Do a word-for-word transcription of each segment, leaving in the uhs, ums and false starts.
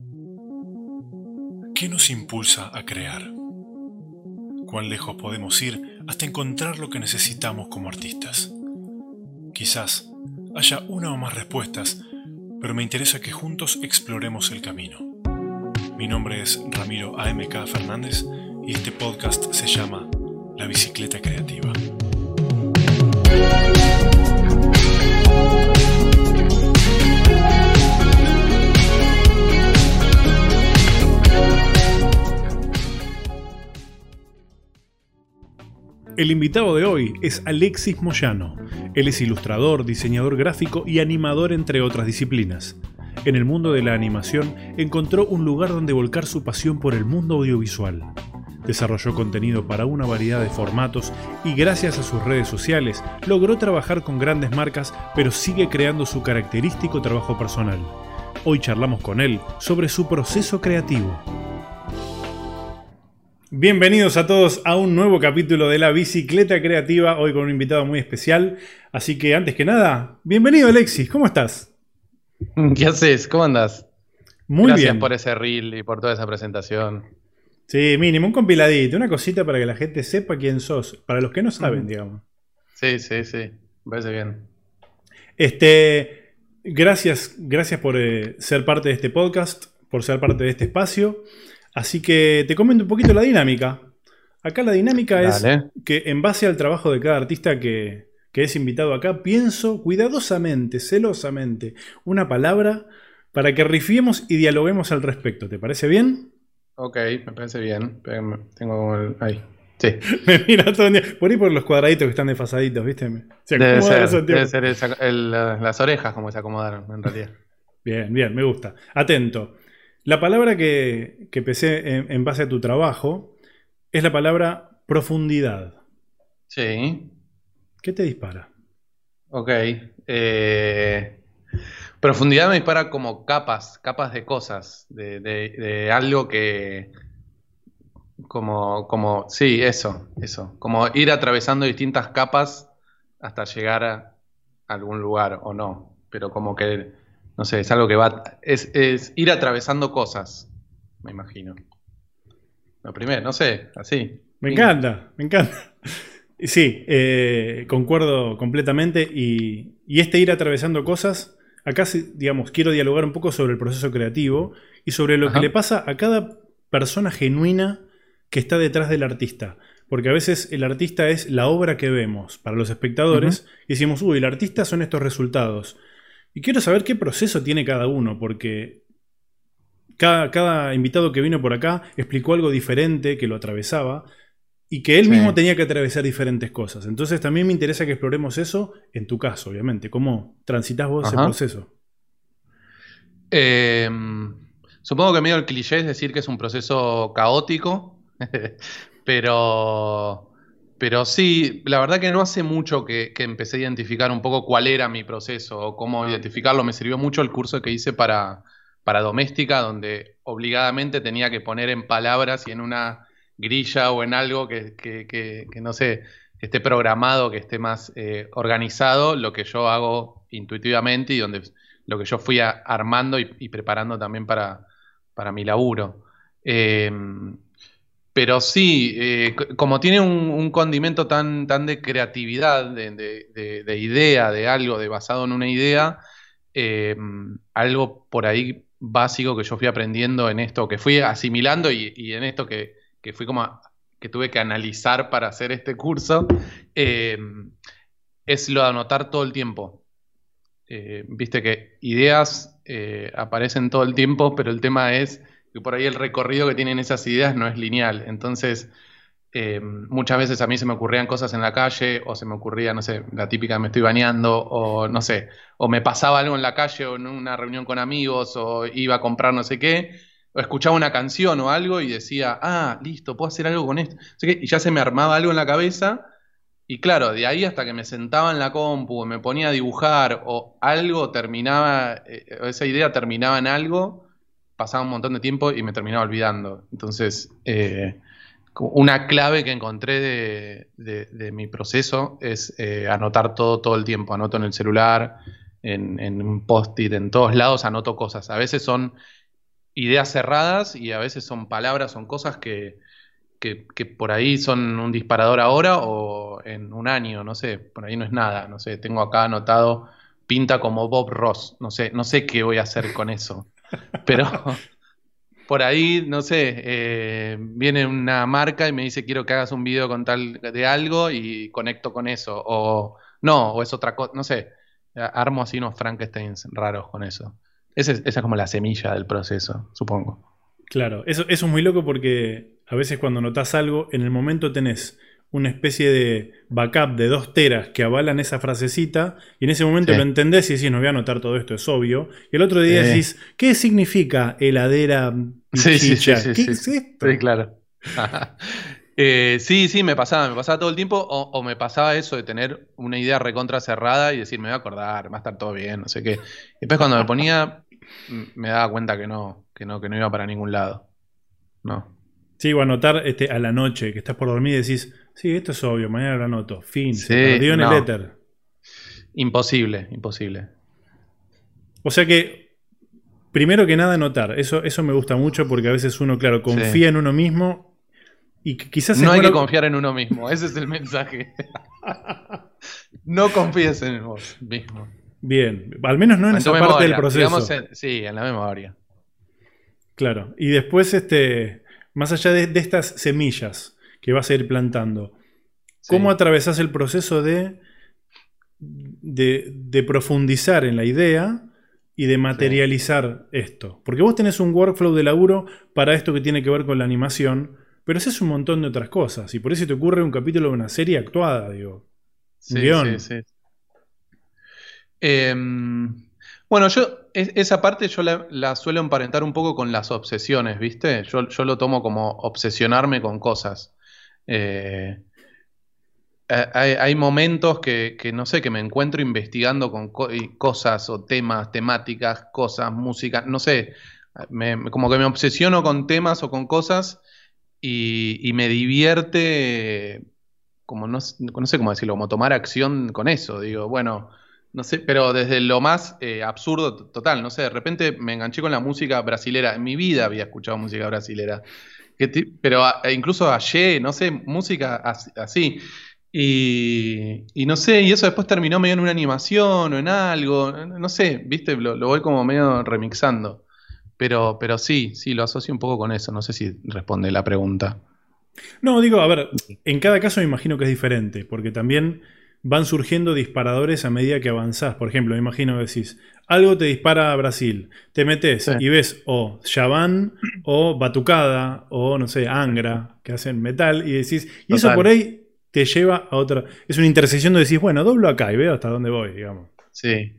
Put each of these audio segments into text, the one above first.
¿Qué nos impulsa a crear? ¿Cuán lejos podemos ir hasta encontrar lo que necesitamos como artistas? Quizás haya una o más respuestas, pero me interesa que juntos exploremos el camino. Mi nombre es Ramiro A M K Fernández y este podcast se llama La Bicicleta Creativa. El invitado de hoy es Alexis Moyano. Él es ilustrador, diseñador gráfico y animador, entre otras disciplinas. En el mundo de la animación encontró un lugar donde volcar su pasión por el mundo audiovisual. Desarrolló contenido para una variedad de formatos y gracias a sus redes sociales logró trabajar con grandes marcas, pero sigue creando su característico trabajo personal. Hoy charlamos con él sobre su proceso creativo. Bienvenidos a todos a un nuevo capítulo de La Bicicleta Creativa, hoy con un invitado muy especial. Así que antes que nada, bienvenido Alexis, ¿cómo estás? ¿Qué haces? ¿Cómo andás? Muy Gracias bien. por ese reel y por toda esa presentación. Sí, mínimo, un compiladito, una cosita para que la gente sepa quién sos, para los que no saben, mm. digamos. Sí, sí, sí, me parece bien. Este, gracias, gracias por eh, ser parte de este podcast, por ser parte de este espacio. Así que te comento un poquito la dinámica. Acá la dinámica Dale. es que en base al trabajo de cada artista que, que es invitado acá, pienso cuidadosamente, celosamente, una palabra para que rifiemos y dialoguemos al respecto. ¿Te parece bien? Ok, me parece bien. Tengo el... ahí. Sí. Me mira todo el día. Por ahí por los cuadraditos que están desfasaditos, ¿viste? Se debe ser, eso, debe ser esa, el, las orejas como se acomodaron, en realidad. Bien, bien, me gusta. Atento. La palabra que, que pensé en, en base a tu trabajo es la palabra profundidad. Sí. ¿Qué te dispara? Ok. Eh, profundidad me dispara como capas, capas de cosas, de, de, de algo que... Como, como, sí, eso, eso. Como ir atravesando distintas capas hasta llegar a algún lugar o no. Pero como que... No sé, es algo que va... Es, es ir atravesando cosas, me imagino. Lo primero, no sé, así. Me encanta, me encanta. Sí, eh, concuerdo completamente. Y, y este ir atravesando cosas, acá, digamos, quiero dialogar un poco sobre el proceso creativo y sobre lo Ajá. que le pasa a cada persona genuina que está detrás del artista. Porque a veces el artista es la obra que vemos para los espectadores uh-huh. y decimos, uy, el artista son estos resultados. Y quiero saber qué proceso tiene cada uno, porque cada, cada invitado que vino por acá explicó algo diferente que lo atravesaba y que él sí. mismo tenía que atravesar diferentes cosas. Entonces también me interesa que exploremos eso en tu caso, obviamente. ¿Cómo transitas vos Ajá. ese proceso? Eh, supongo que medio el cliché es decir que es un proceso caótico, pero... Pero sí, la verdad que no hace mucho que, que empecé a identificar un poco cuál era mi proceso o cómo identificarlo. Me sirvió mucho el curso que hice para, para doméstica, donde obligadamente tenía que poner en palabras y en una grilla o en algo que, que, que, que no sé, que esté programado, que esté más eh, organizado, lo que yo hago intuitivamente y donde lo que yo fui a, armando y, y preparando también para, para mi laburo. Eh, Pero sí, eh, como tiene un, un condimento tan, tan de creatividad, de, de, de, de idea, de algo, de basado en una idea, eh, algo por ahí básico que yo fui aprendiendo en esto, que fui asimilando y, y en esto que, que fui como a, que tuve que analizar para hacer este curso, eh, es lo de anotar todo el tiempo. Eh, viste que ideas eh, aparecen todo el tiempo, pero el tema es que por ahí el recorrido que tienen esas ideas no es lineal. Entonces, eh, muchas veces a mí se me ocurrían cosas en la calle, o se me ocurría, no sé, la típica me estoy bañando, o no sé, o me pasaba algo en la calle, o en una reunión con amigos, o iba a comprar no sé qué, o escuchaba una canción o algo y decía, ah, listo, puedo hacer algo con esto. Así que, y ya se me armaba algo en la cabeza, y claro, de ahí hasta que me sentaba en la compu, me ponía a dibujar, o algo terminaba, eh, esa idea terminaba en algo, pasaba un montón de tiempo y me terminaba olvidando. Entonces, eh, una clave que encontré de, de, de mi proceso es eh, anotar todo todo el tiempo. Anoto en el celular, en, en un post-it, en todos lados anoto cosas. A veces son ideas cerradas y a veces son palabras, son cosas que, que, que por ahí son un disparador ahora o en un año, no sé, por ahí no es nada, no sé, tengo acá anotado pinta como Bob Ross, no sé, no sé qué voy a hacer con eso, pero por ahí, no sé, eh, viene una marca y me dice quiero que hagas un video con tal de algo y conecto con eso, o no, o es otra cosa, no sé, armo así unos Frankensteins raros con eso. Ese es- esa es como la semilla del proceso, supongo. Claro, eso, eso es muy loco porque a veces cuando notas algo, en el momento tenés una especie de backup de dos teras que avalan esa frasecita y en ese momento lo Sí, entendés y decís, no voy a anotar todo esto, es obvio. Y el otro día sí, decís, ¿qué significa heladera sí, sí, sí, pichicha? sí, ¿Qué sí, es sí, esto? claro. Eh, sí, sí, me pasaba, me pasaba todo el tiempo, o, o me pasaba eso de tener una idea recontra cerrada y decir, me voy a acordar, va a estar todo bien, no sé qué. Y después cuando me ponía, m- me daba cuenta que no, que no, que no iba para ningún lado. No. Sí, o anotar este, a la noche, que estás por dormir y decís, sí, esto es obvio, mañana lo anoto. Fin, se Sí, perdió en el no, éter. imposible, imposible. O sea que, primero que nada, anotar. Eso, eso me gusta mucho porque a veces uno, claro, Sí. confía en uno mismo y que quizás es No hay que bueno. confiar en uno mismo, ese es el mensaje. No confíes en vos mismo. Bien, al menos no en En tu esa parte del memoria, digamos, proceso. en- sí, en la memoria. Claro. Y después, este, más allá de, de estas semillas que vas a ir plantando, ¿cómo Sí, atravesás el proceso de, de, de profundizar en la idea y de sí. materializar esto? Porque vos tenés un workflow de laburo para esto que tiene que ver con la animación, pero haces un montón de otras cosas. Y por eso te ocurre un capítulo de una serie actuada, digo. Un Sí, sí, guión. sí. Em, bueno, yo es- esa parte yo la, la suelo emparentar un poco con las obsesiones, ¿viste? Yo, yo lo tomo como obsesionarme con cosas. Eh, ha- hay, hay momentos que, que, no sé, que me encuentro investigando con co- y cosas o temas, temáticas, cosas, música, no sé, me- me- como que me obsesiono con temas o con cosas y, y me divierte como no, s- no sé cómo decirlo, como tomar acción con eso. Digo, bueno, no sé, pero desde lo más eh, absurdo t- total, no sé, de repente me enganché con la música brasilera. En mi vida había escuchado música brasilera. Que ti- pero a- e incluso ayer, no sé, música as- así. Y, y no sé, y eso después terminó medio en una animación o en algo, no no sé, viste, lo, lo voy como medio remixando. Pero, pero sí, sí, lo asocio un poco con eso. No sé si responde la pregunta. No, digo, a ver, en cada caso me imagino que es diferente, porque también van surgiendo disparadores a medida que avanzás. Por ejemplo, me imagino que decís, algo te dispara a Brasil, te Sí, metes y ves o Chavann o Batucada o no sé, Angra, que hacen metal, y decís, y eso por total. ahí te lleva a otra. Es una intersección donde decís, bueno, doblo acá y veo hasta dónde voy, digamos. Sí.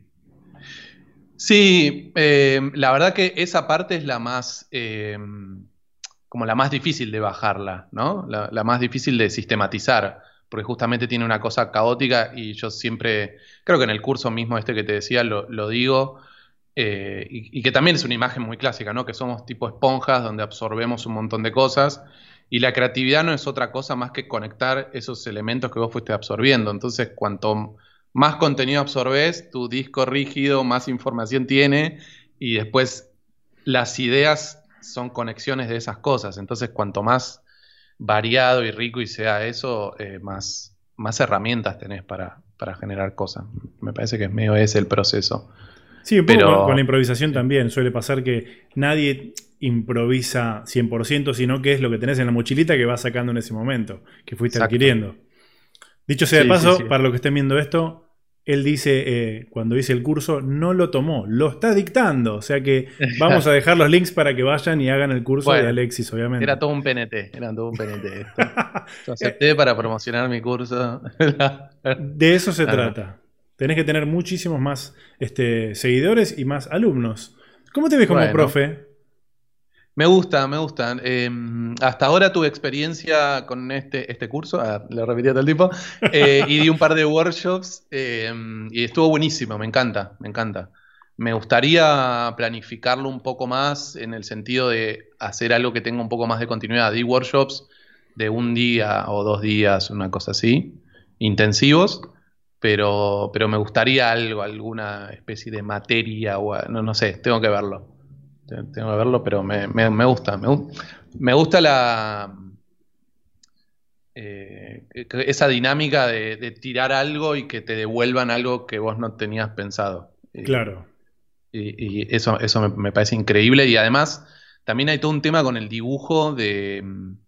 Sí, eh, la verdad que esa parte es la más, eh, como la más difícil de bajarla, ¿no? La, la más difícil de sistematizar, porque justamente tiene una cosa caótica y yo siempre, creo que en el curso mismo este que te decía lo, lo digo, eh, y, y que también es una imagen muy clásica, ¿no? Que somos tipo esponjas donde absorbemos un montón de cosas y la creatividad no es otra cosa más que conectar esos elementos que vos fuiste absorbiendo. Entonces, cuanto más contenido absorbes, tu disco rígido más información tiene y después las ideas son conexiones de esas cosas. Entonces, cuanto más variado y rico y sea eso, eh, más, más herramientas tenés para, para generar cosas. Me parece que es medio ese el proceso. Sí, un poco con, con la Pero improvisación sí, también. Suele pasar que nadie improvisa cien por ciento, sino que es lo que tenés en la mochilita que vas sacando en ese momento, que fuiste exacto. adquiriendo. Dicho sea de Sí, sí, paso, sí. para los que estén viendo esto, él dice, eh, cuando dice el curso, no lo tomó, lo está dictando. O sea que vamos a dejar los links para que vayan y hagan el curso de Bueno, Alexis, era obviamente. todo un P N T, era todo un P N T esto. Yo acepté para promocionar mi curso. De eso se No, no. trata. Tenés que tener muchísimos más este, seguidores y más alumnos. ¿Cómo te ves como Bueno, profe? me gusta, me gusta. Eh, hasta ahora tuve experiencia con este, este curso, ah, lo repetí todo el tiempo, eh, y di un par de workshops eh, y estuvo buenísimo, me encanta, me encanta. Me gustaría planificarlo un poco más en el sentido de hacer algo que tenga un poco más de continuidad. Di workshops de un día o dos días, una cosa así, intensivos, pero, pero, me gustaría algo, alguna especie de materia o no, no sé, tengo que verlo. Tengo que verlo, pero me, me, me gusta. Me, me gusta la eh, esa dinámica de, de tirar algo y que te devuelvan algo que vos no tenías pensado. Claro. Y, y eso, eso me, me parece increíble. Y además, también hay todo un tema con el dibujo de,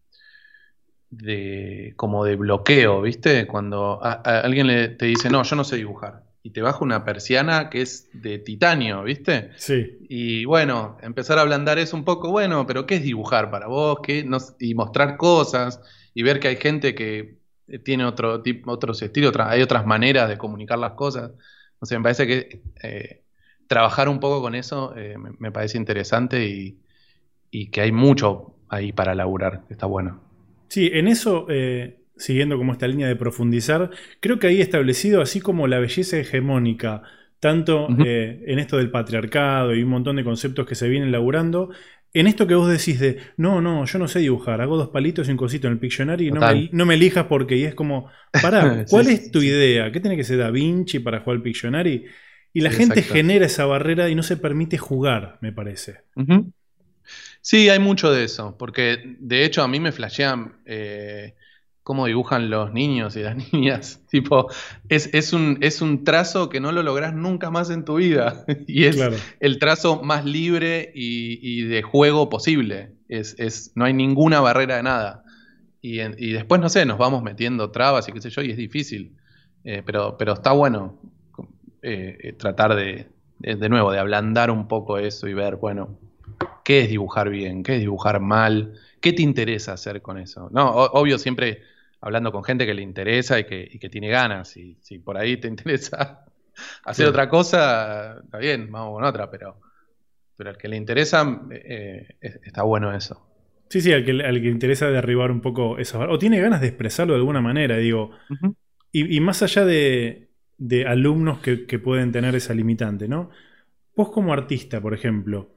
de como de bloqueo, ¿viste? Cuando a, a alguien le, te dice, no, yo no sé dibujar. Y te baja una persiana que es de titanio, ¿viste? Sí. Y bueno, empezar a ablandar eso un poco, bueno, pero ¿qué es dibujar para vos? ¿Qué? No, y mostrar cosas y ver que hay gente que tiene otro tipo, otros estilos, otra, hay otras maneras de comunicar las cosas. O sea, me parece que eh, trabajar un poco con eso eh, me, me parece interesante y, y que hay mucho ahí para laburar, que está bueno. Sí, en eso, eh, siguiendo como esta línea de profundizar, creo que ahí establecido, así como la belleza hegemónica, tanto Uh-huh. eh, en esto del patriarcado y un montón de conceptos que se vienen laburando, en esto que vos decís de, no, no, yo no sé dibujar, hago dos palitos y un cosito en el Pictionary y no me, Total. no me elijas porque, y es como, pará, ¿cuál Sí, es sí, tu sí. idea? ¿Qué tiene que ser Da Vinci para jugar al Pictionary? Y la Sí, gente exacto. genera esa barrera y no se permite jugar, me parece. Uh-huh. Sí, hay mucho de eso, porque de hecho a mí me flashean eh, cómo dibujan los niños y las niñas. Tipo, es, es un, es un trazo que no lo lográs nunca más en tu vida. Y es Claro. el trazo más libre y, y de juego posible. Es, es, no hay ninguna barrera de nada. Y, en- y después, no sé, nos vamos metiendo trabas y qué sé yo, y es difícil. Eh, pero, pero está bueno eh, eh, tratar de, de, de nuevo, de ablandar un poco eso y ver, bueno. ¿Qué es dibujar bien? ¿Qué es dibujar mal? ¿Qué te interesa hacer con eso? No, o- obvio, siempre hablando con gente que le interesa y que, y que tiene ganas. Y si por ahí te interesa hacer Claro. otra cosa, está bien, vamos con otra, pero, pero al que le interesa, eh, eh, está bueno eso. Sí, sí, al que, al que le interesa derribar un poco esa barrera, o tiene ganas de expresarlo de alguna manera, digo. Ujú. Y, y más allá de, de alumnos que, que pueden tener esa limitante, ¿no? Vos como artista, por ejemplo,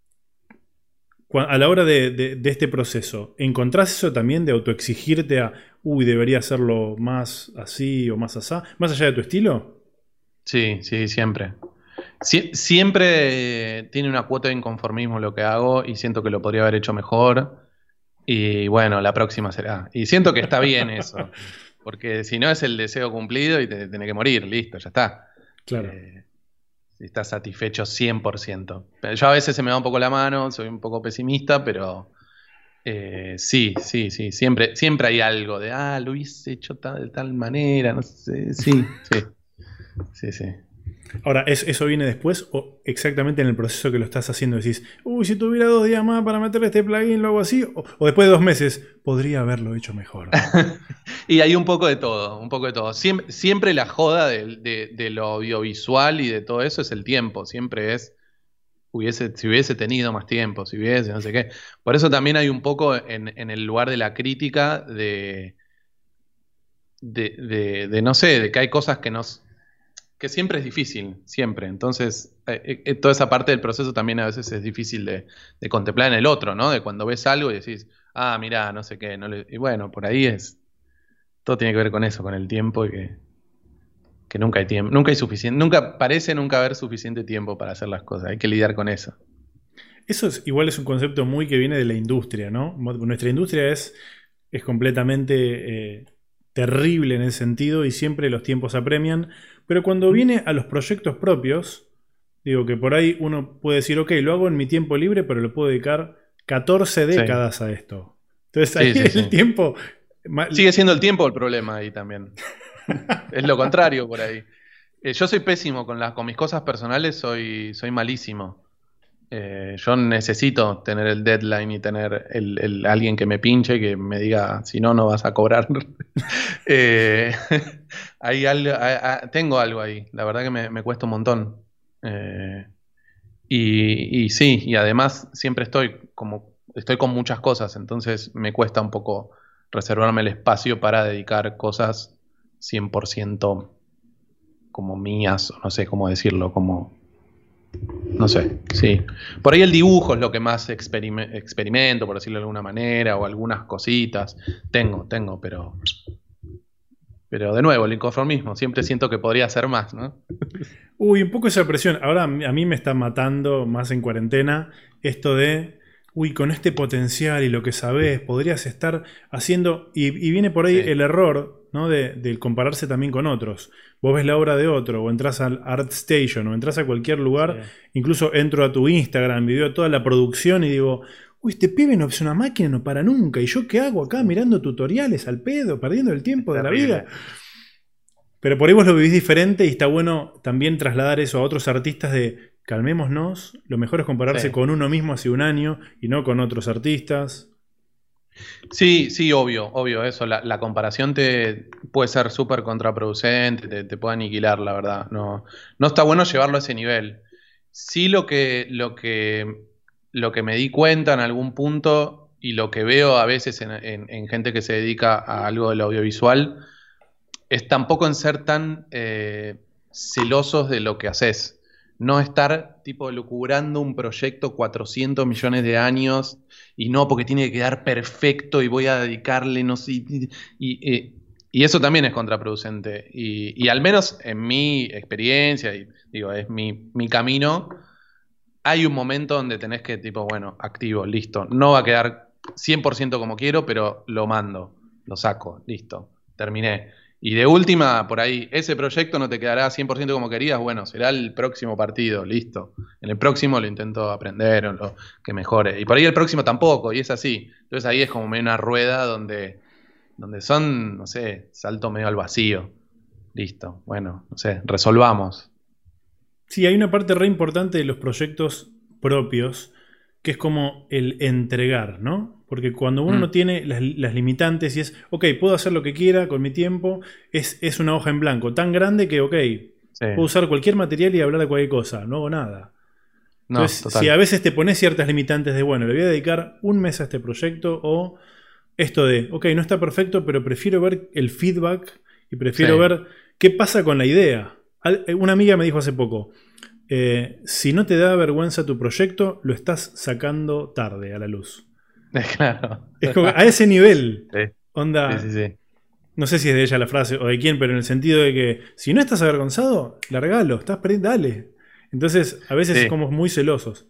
cua- a la hora de, de- de este proceso, ¿encontrás eso también de autoexigirte a, uy, debería hacerlo más así o más asá, más allá de tu estilo? Sí, sí, siempre. Sie- siempre eh, tiene una cuota de inconformismo lo que hago y siento que lo podría haber hecho mejor. Y bueno, la próxima será. Y siento que está bien eso, porque si no es el deseo cumplido y te tenés que morir, listo, ya está. Claro. Eh, si estás satisfecho cien por ciento. Pero yo a veces se me va un poco la mano, soy un poco pesimista, pero eh, sí, sí, sí, siempre, siempre hay algo de, ah, lo hubiese hecho tal, de tal manera, no sé, sí, sí, sí, sí. Ahora, ¿es- ¿eso viene después o exactamente en el proceso que lo estás haciendo? Decís, uy, si tuviera dos días más para meterle este plugin, lo hago así. O, o después de dos meses, podría haberlo hecho mejor. Y hay un poco de todo, un poco de todo. Siempre, siempre la joda de, de- de lo audiovisual y de todo eso es el tiempo. Siempre es, hubiese, si hubiese tenido más tiempo, si hubiese, no sé qué. Por eso también hay un poco en, en el lugar de la crítica de, de, de- de, no sé, de que hay cosas que nos, que siempre es difícil, siempre. Entonces, eh, eh, toda esa parte del proceso también a veces es difícil de, de contemplar en el otro, ¿no? De cuando ves algo y decís, ah, mirá, no sé qué, no le- y bueno, por ahí es. Todo tiene que ver con eso, con el tiempo y que, que nunca hay tiempo, nunca hay suficiente, nunca parece nunca haber suficiente tiempo para hacer las cosas. Hay que lidiar con eso. Eso es, igual es un concepto muy que viene de la industria, ¿no? Mo- Nuestra industria es, es completamente eh, terrible en ese sentido y siempre los tiempos apremian. Pero cuando ¿Mm? viene a los proyectos propios, digo que por ahí uno puede decir, ok, lo hago en mi tiempo libre, pero le puedo dedicar catorce Sí, décadas a esto. Entonces ahí sí, sí, el sí. tiempo... ma- Sigue siendo el tiempo el problema ahí también. Es lo contrario por ahí. Eh, yo soy pésimo con las, con mis cosas personales, soy, soy malísimo. Eh, yo necesito tener el deadline y tener el, el- alguien que me pinche y que me diga, si no, no vas a cobrar. Eh, hay algo, a- a- tengo algo ahí, la verdad que me, me cuesta un montón. Eh, y, y sí, y además siempre estoy como, estoy con muchas cosas, entonces me cuesta un poco reservarme el espacio para dedicar cosas cien por ciento como mías, o no sé cómo decirlo, como no sé, sí. Por ahí el dibujo es lo que más experime- experimento, por decirlo de alguna manera, o algunas cositas. Tengo, tengo, pero. Pero de nuevo, el inconformismo. Siempre siento que podría hacer más, ¿no? Uy, un poco esa presión. Ahora a mí a mí me está matando, más en cuarentena, esto de, uy, con este potencial y lo que sabés, podrías estar haciendo, y, y viene por ahí Sí, el error, ¿no? De, del compararse también con otros. Vos ves la obra de otro, o entras al ArtStation, o entras a cualquier sí, lugar, incluso entro a tu Instagram, veo toda la producción y digo, uy, este pibe no es una máquina, no para nunca, ¿y yo qué hago acá sí. mirando tutoriales al pedo, perdiendo el Es tiempo de la vida? terrible. Pero por ahí vos lo vivís diferente y está bueno también trasladar eso a otros artistas de calmémonos, lo mejor es Sí. compararse con uno mismo hace un año y no con otros artistas. Sí, sí, obvio, obvio, eso. La, la comparación te puede ser súper contraproducente, te, te puede aniquilar, la verdad. No, no está bueno llevarlo a ese nivel. Sí, lo que, lo que, lo que me di cuenta en algún punto y lo que veo a veces en, en- en gente que se dedica a algo del audiovisual es tampoco en ser tan eh, celosos de lo que haces. No estar tipo lucubrando un proyecto cuatrocientos millones de años y no porque tiene que quedar perfecto y voy a dedicarle, no sé. Y, y, eh, y eso también es contraproducente. Y, y al menos en mi experiencia, y digo, es mi, mi camino, hay un momento donde tenés que, tipo, bueno, activo, listo. No va a quedar cien por ciento como quiero, pero lo mando, lo saco, listo, terminé. Y de última, por ahí, ese proyecto no te quedará cien por ciento como querías, bueno, será el próximo partido, listo. En el próximo lo intento aprender o lo que mejore. Y por ahí el próximo tampoco, y es así. Entonces ahí es como medio una rueda donde, donde son, no sé, salto medio al vacío. Listo, bueno, no sé, resolvamos. Sí, hay una parte re importante de los proyectos propios que es como el entregar, ¿no? Porque cuando uno no Mm, tiene las, las limitantes y es, ok, puedo hacer lo que quiera con mi tiempo, es, es una hoja en blanco tan grande que, ok, sí, puedo usar cualquier material y hablar de cualquier cosa, no hago nada. no, Entonces, si a total. veces te pones ciertas limitantes de, bueno, le voy a dedicar un mes a este proyecto o esto de, ok, no está perfecto, pero prefiero ver el feedback y Sí, prefiero ver qué pasa con la idea. Al- eh, Una amiga me dijo hace poco, eh, si no te da vergüenza tu proyecto, lo estás sacando tarde a la luz. claro. Es como, a ese nivel, Sí, sí, sí, onda, sí. no sé si es de ella la frase o de quién, pero en el sentido de que si no estás avergonzado, largalo, estás perdiendo, dale. Entonces, a veces Sí, somos muy celosos.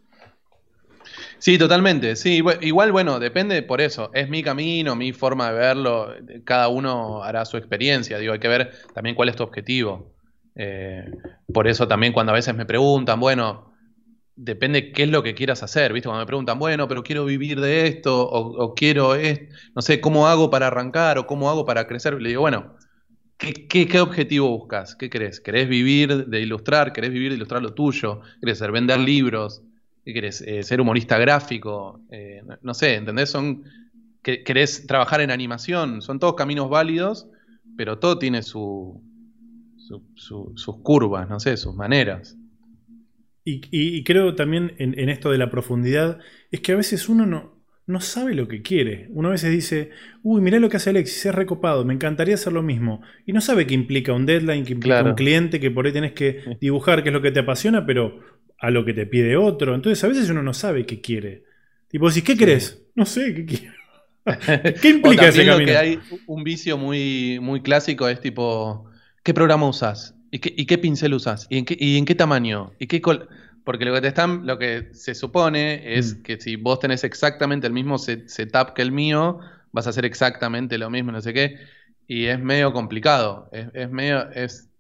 sí, totalmente. Sí, bu- igual, bueno, depende por eso. Es mi camino, mi forma de verlo. Cada uno hará su experiencia. Digo, hay que ver también cuál es tu objetivo. Eh, por eso también cuando a veces me preguntan, bueno, depende qué es lo que quieras hacer, ¿viste? Cuando me preguntan, bueno, pero quiero vivir de esto, o, o quiero, es- no sé, ¿cómo hago para arrancar o cómo hago para crecer? Le digo, bueno, ¿qué, qué, qué objetivo buscas? ¿Qué querés? ¿Querés vivir de ilustrar? ¿Querés vivir de ilustrar lo tuyo? ¿Querés ser vender libros? ¿Qué querés? Eh, ¿ser humorista gráfico? Eh, no, no sé, ¿entendés? Son, que- ¿querés trabajar en animación? Son todos caminos válidos, pero todo tiene su, su- su- sus curvas, no sé, sus maneras. Y, y- y creo también en, en esto de la profundidad, es que a veces uno no, no sabe lo que quiere. Uno a veces dice, uy, mirá lo que hace Alexis, es recopado, me encantaría hacer lo mismo. Y no sabe qué implica un deadline, qué implica un Claro. cliente, que por ahí tenés que dibujar qué es lo que te apasiona, pero a lo que te pide otro. Entonces a veces uno no sabe qué quiere. Tipo, decís, ¿qué Sí. querés? No sé, ¿qué quiero? ¿Qué O implica ese también lo que camino? hay, un vicio muy, muy clásico es tipo, ¿qué programa usas? ¿Y qué, y qué pincel usas? ¿Y en qué, y en qué tamaño? ¿Y qué col-? Porque lo que te están, lo que se supone es Mm. que si vos tenés exactamente el mismo set- setup que el mío, vas a hacer exactamente lo mismo, no sé qué. Y es medio complicado. Es, es medio, es,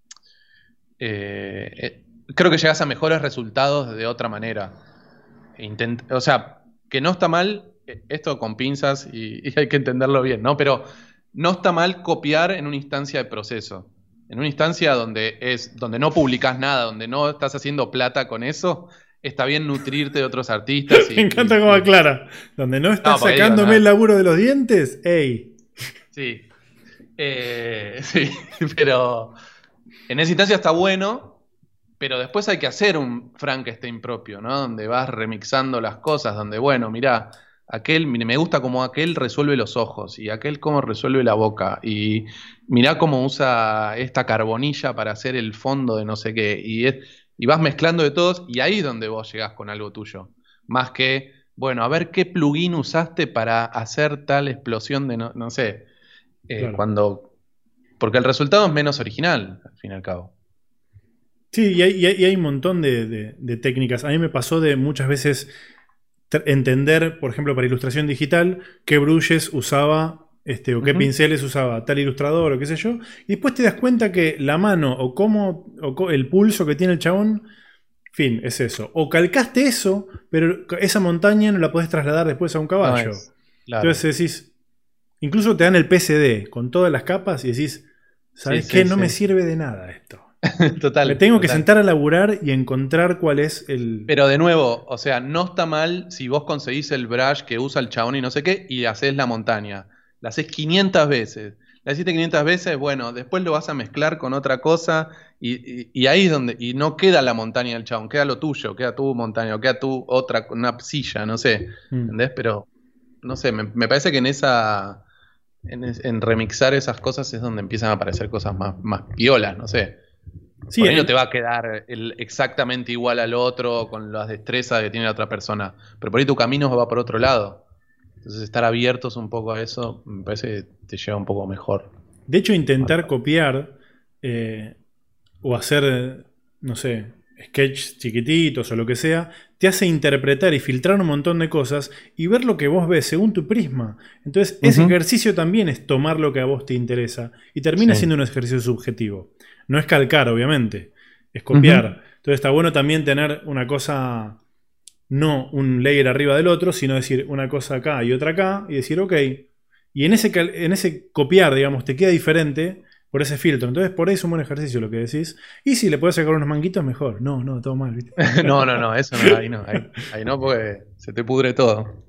eh, eh, creo que llegas a mejores resultados de otra manera. Intent- o sea, que no está mal, eh, esto con pinzas y, y hay que entenderlo bien, ¿no? Pero no está mal copiar en una instancia de proceso. En una instancia donde es, donde no publicás nada, donde no estás haciendo plata con eso, está bien nutrirte de otros artistas Me y, encanta y- cómo y- aclara. Donde no no, estás porque digo, sacándome el nada. laburo de los dientes, ey. Sí. Eh, sí, pero en esa instancia está bueno, pero después hay que hacer un Frankenstein propio, ¿no? Donde vas remixando las cosas, donde, bueno, mirá, aquel, mire, me gusta cómo aquel resuelve los ojos y aquel cómo resuelve la boca y mirá cómo usa esta carbonilla para hacer el fondo de no sé qué y, es- y vas mezclando de todos y ahí es donde vos llegás con algo tuyo. Más que, bueno, a ver qué plugin usaste para hacer tal explosión de no, no sé, eh, Claro. cuando... Porque el resultado es menos original, al fin y al cabo. Sí, y hay, y hay- y hay un montón de, de- de técnicas. A mí me pasó de muchas veces tr- entender, por ejemplo, para ilustración digital, qué brushes usaba, este, o qué Ujú. pinceles usaba tal ilustrador o qué sé yo. Y después te das cuenta que la mano o cómo, o co- el pulso que tiene el chabón, fin, es eso. O calcaste eso, pero esa montaña no la podés trasladar después a un No caballo. es, claro. Entonces decís, incluso te dan el P C D con todas las capas y decís, Sí, ¿sabes qué? sí, No me sí. sirve de nada esto. Me Total, tengo que total. sentar a laburar y encontrar cuál es el... Pero de nuevo, o sea, no está mal si vos conseguís el brush que usa el chabón y no sé qué y haces la montaña. La haces quinientas veces. La hiciste quinientas veces, bueno, después lo vas a mezclar con otra cosa y, y- y ahí es donde, y no queda la montaña del chabón, queda lo tuyo, queda tu montaña, o queda tu otra, una silla, no sé, Mm. ¿entendés? Pero, no sé, me, me parece que en esa, en, es- en remixar esas cosas es donde empiezan a aparecer cosas más, más piolas, no sé. Sí, Por ahí no el- te va a quedar el- exactamente igual al otro con las destrezas que tiene la otra persona, pero por ahí tu camino va por otro lado. Entonces estar abiertos un poco a eso me parece que te lleva un poco mejor. de hecho, intentar copiar eh, o hacer, no sé, sketches chiquititos o lo que sea, te hace interpretar y filtrar un montón de cosas y ver lo que vos ves según tu prisma. Entonces, ese Ujú. ejercicio también es tomar lo que a vos te interesa y termina Sí. siendo un ejercicio subjetivo. No es calcar, obviamente, es Ujú. copiar. Entonces, está bueno también tener una cosa, no un layer arriba del otro, sino decir una cosa acá y otra acá y decir, ok. Y en ese, cal- en ese copiar, digamos, te queda diferente por ese filtro. Entonces, por ahí es un buen ejercicio lo que decís. Y si le puedes sacar unos manguitos, mejor. No, no, todo mal, ¿viste? No, no, no, eso no, ahí no, ahí, ahí no, porque se te pudre todo.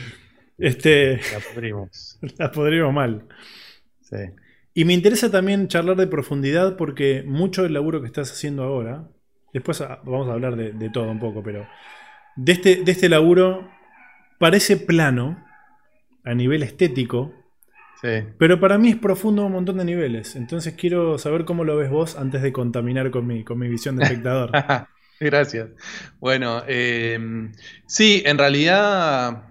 Este, La pudrimos. la podríamos mal. Sí. Y me interesa también charlar de profundidad porque mucho del laburo que estás haciendo ahora, después ah, vamos a hablar de, de todo un poco, pero de este, de este laburo parece plano a nivel estético, Sí. pero para mí es profundo a un montón de niveles. Entonces quiero saber cómo lo ves vos antes de contaminar con mi, con mi visión de espectador. Gracias. Bueno, eh, sí, en realidad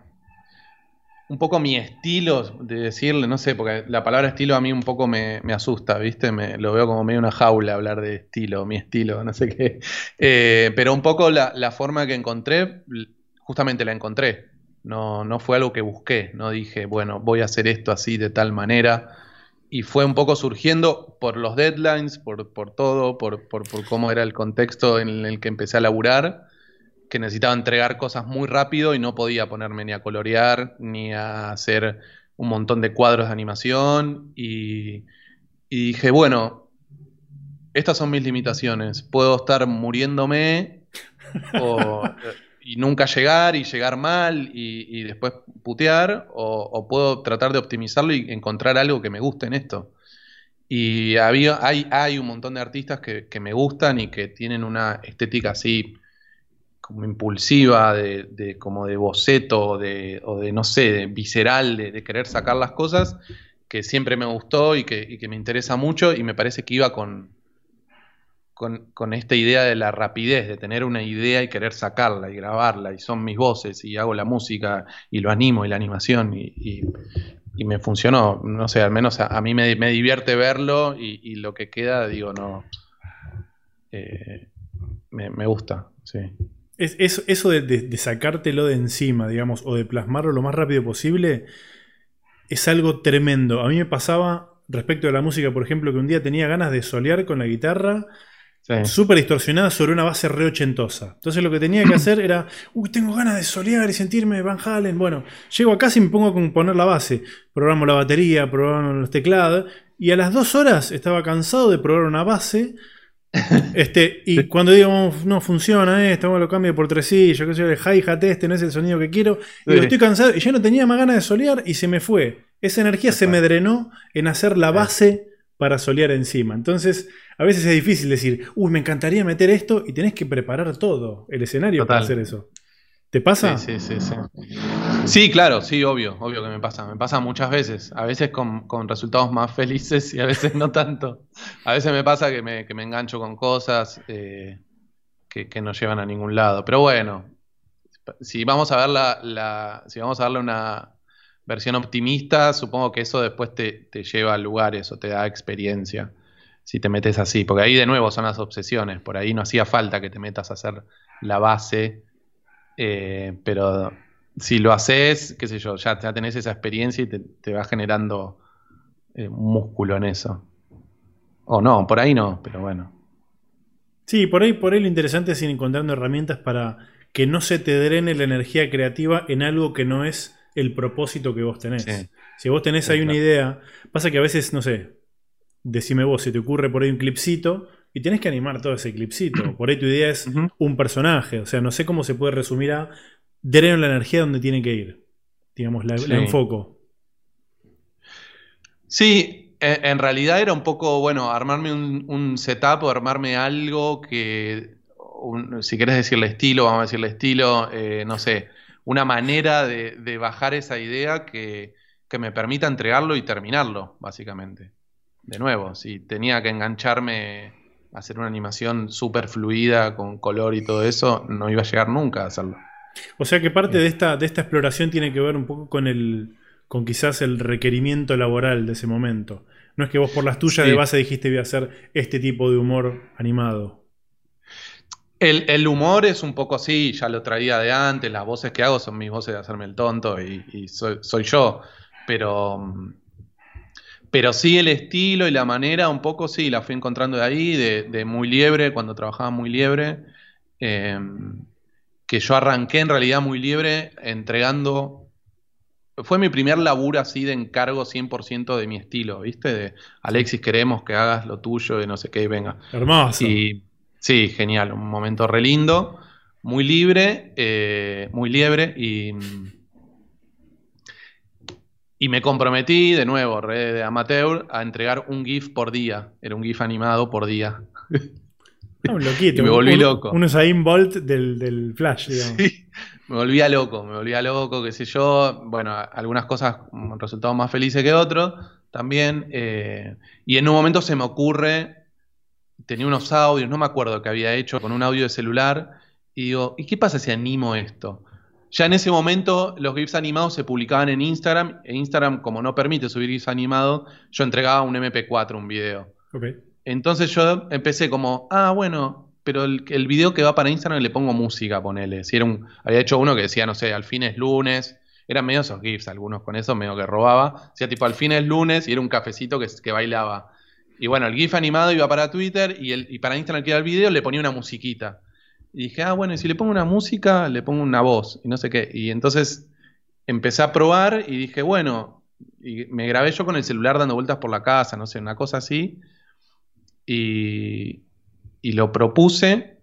un poco mi estilo de decirle, no sé, porque la palabra estilo a mí un poco me, me asusta, ¿viste? Me, lo veo como medio una jaula hablar de estilo, mi estilo, no sé qué. Eh, pero un poco la, la forma que encontré, justamente la encontré. No, no fue algo que busqué, no dije, bueno, voy a hacer esto así de tal manera. Y fue un poco surgiendo por los deadlines, por, por todo, por, por, por cómo era el contexto en el que empecé a laburar, que necesitaba entregar cosas muy rápido y no podía ponerme ni a colorear, ni a hacer un montón de cuadros de animación. Y, y dije, bueno, estas son mis limitaciones. Puedo estar muriéndome o, y nunca llegar y llegar mal y, y después putear, o, o puedo tratar de optimizarlo y encontrar algo que me guste en esto. Y había, hay, hay un montón de artistas que, que me gustan y que tienen una estética así como impulsiva, de, de- como de boceto, o de, o de, no sé, de visceral, de, de querer sacar las cosas, que siempre me gustó y que, y que me interesa mucho, y me parece que iba con, con, con esta idea de la rapidez, de tener una idea y querer sacarla y grabarla, y son mis voces, y hago la música, y lo animo, y la animación, y, y- y me funcionó, no sé, al menos a, a mí me, me divierte verlo, y, y lo que queda, digo, no, eh, me, me gusta, sí. Es, eso eso de, de- de sacártelo de encima, digamos, o de plasmarlo lo más rápido posible, es algo tremendo. A mí me pasaba, respecto de la música, por ejemplo, que un día tenía ganas de solear con la guitarra Sí. súper distorsionada sobre una base re ochentosa. Entonces lo que tenía que hacer era, uy, tengo ganas de solear y sentirme Van Halen. Bueno, llego a casa y me pongo a componer la base. Programo la batería, programo los teclados. Y a las dos horas estaba cansado de probar una base. Este, y cuando digo, "Oh, no funciona esto, bueno, lo cambio por tresillo, qué sé yo, el hi-hat este no es el sonido que quiero. Digo, Sí. estoy cansado y ya no tenía más ganas de solear y se me fue. Esa energía Se se me fue. drenó en hacer la Sí. base para solear encima. Entonces, a veces es difícil decir, uy, me encantaría meter esto y tenés que preparar todo el escenario para hacer Total. eso. ¿Te Sí, pasa? sí, sí, sí. Sí, claro, sí, obvio, obvio que me pasa. Me pasa muchas veces. A veces con, con resultados más felices y a veces no tanto. A veces me pasa que me, que me engancho con cosas eh, que, que no llevan a ningún lado. Pero bueno, si vamos a ver la, la- si vamos a darle una versión optimista, supongo que eso después te, te lleva a lugares o te da experiencia. si te metes así, porque ahí de nuevo son las obsesiones, por ahí no hacía falta que te metas a hacer la base, eh, pero si lo haces, qué sé yo, ya, ya tenés esa experiencia y te, te va generando eh, músculo en eso. O no, por ahí no, pero bueno. Sí, por ahí, por ahí lo interesante es ir encontrando herramientas para que no se te drene la energía creativa en algo que no es el propósito que vos tenés. Sí, Si vos tenés sí, ahí una claro. idea, pasa que a veces, no sé, decime vos, se te ocurre por ahí un clipcito y tenés que animar todo ese clipcito. Por ahí tu idea es Ujú. un personaje, o sea, no sé cómo se puede resumir a dreno la energía donde tiene que ir. Digamos, la, la Sí. enfoco. Sí, en, en realidad era un poco, bueno, armarme un, un setup o armarme algo que, un- si querés decirle estilo, vamos a decirle estilo, eh, no sé, una manera de, de bajar esa idea que, que me permita entregarlo y terminarlo, básicamente. De nuevo, si tenía que engancharme a hacer una animación súper fluida, con color y todo eso, no iba a llegar nunca a hacerlo. O sea que parte Eh, de esta, de esta exploración tiene que ver un poco con el, con quizás el requerimiento laboral de ese momento. No es que vos por las tuyas de Sí. base dijiste voy a hacer este tipo de humor animado. El, el humor es un poco así, ya lo traía de antes, las voces que hago son mis voces de hacerme el tonto y, y soy, soy yo, pero, mm, pero sí el estilo y la manera un poco sí, la fui encontrando de ahí, de, de Muy Liebre, cuando trabajaba en Muy Liebre, eh, que yo arranqué en realidad Muy Liebre entregando, fue mi primer laburo así de encargo cien por ciento de mi estilo, ¿viste? De Sí. Alexis, queremos que hagas lo tuyo y no sé qué, venga. Hermoso. Y sí, genial, un momento re lindo, muy libre, eh, muy liebre y, y me comprometí de nuevo, re de amateur, a entregar un GIF por día. Era un GIF animado por día. Ah, un Y loquito. me Un, volví un, loco. un Usain Bolt del, del Flash, digamos. Sí, me volvía loco, me volvía loco, qué sé yo. Bueno, a- algunas cosas mm, resultaron más felices que otros también. eh, y en un momento se me ocurre, tenía unos audios, no me acuerdo qué había hecho con un audio de celular, y digo, ¿y qué pasa si animo esto? Ya en ese momento los GIFs animados se publicaban en Instagram, e Instagram, como no permite subir GIFs animados, yo entregaba un M P cuatro, un video. Ok. Entonces yo empecé como, ah, bueno, pero el, el video que va para Instagram le pongo música, ponele. Si era un, había hecho uno que decía, no sé, al fin es lunes. Eran medio esos GIFs, algunos con eso, medio que robaba. Decía tipo, al fin es lunes y era un cafecito que, que bailaba. Y bueno, el GIF animado iba para Twitter y, el, y para Instagram que era el video le ponía una musiquita. Y dije, ah, bueno, y si le pongo una música, le pongo una voz y no sé qué. Y entonces empecé a probar y dije, bueno, y me grabé yo con el celular dando vueltas por la casa, no sé, una cosa así y, y lo propuse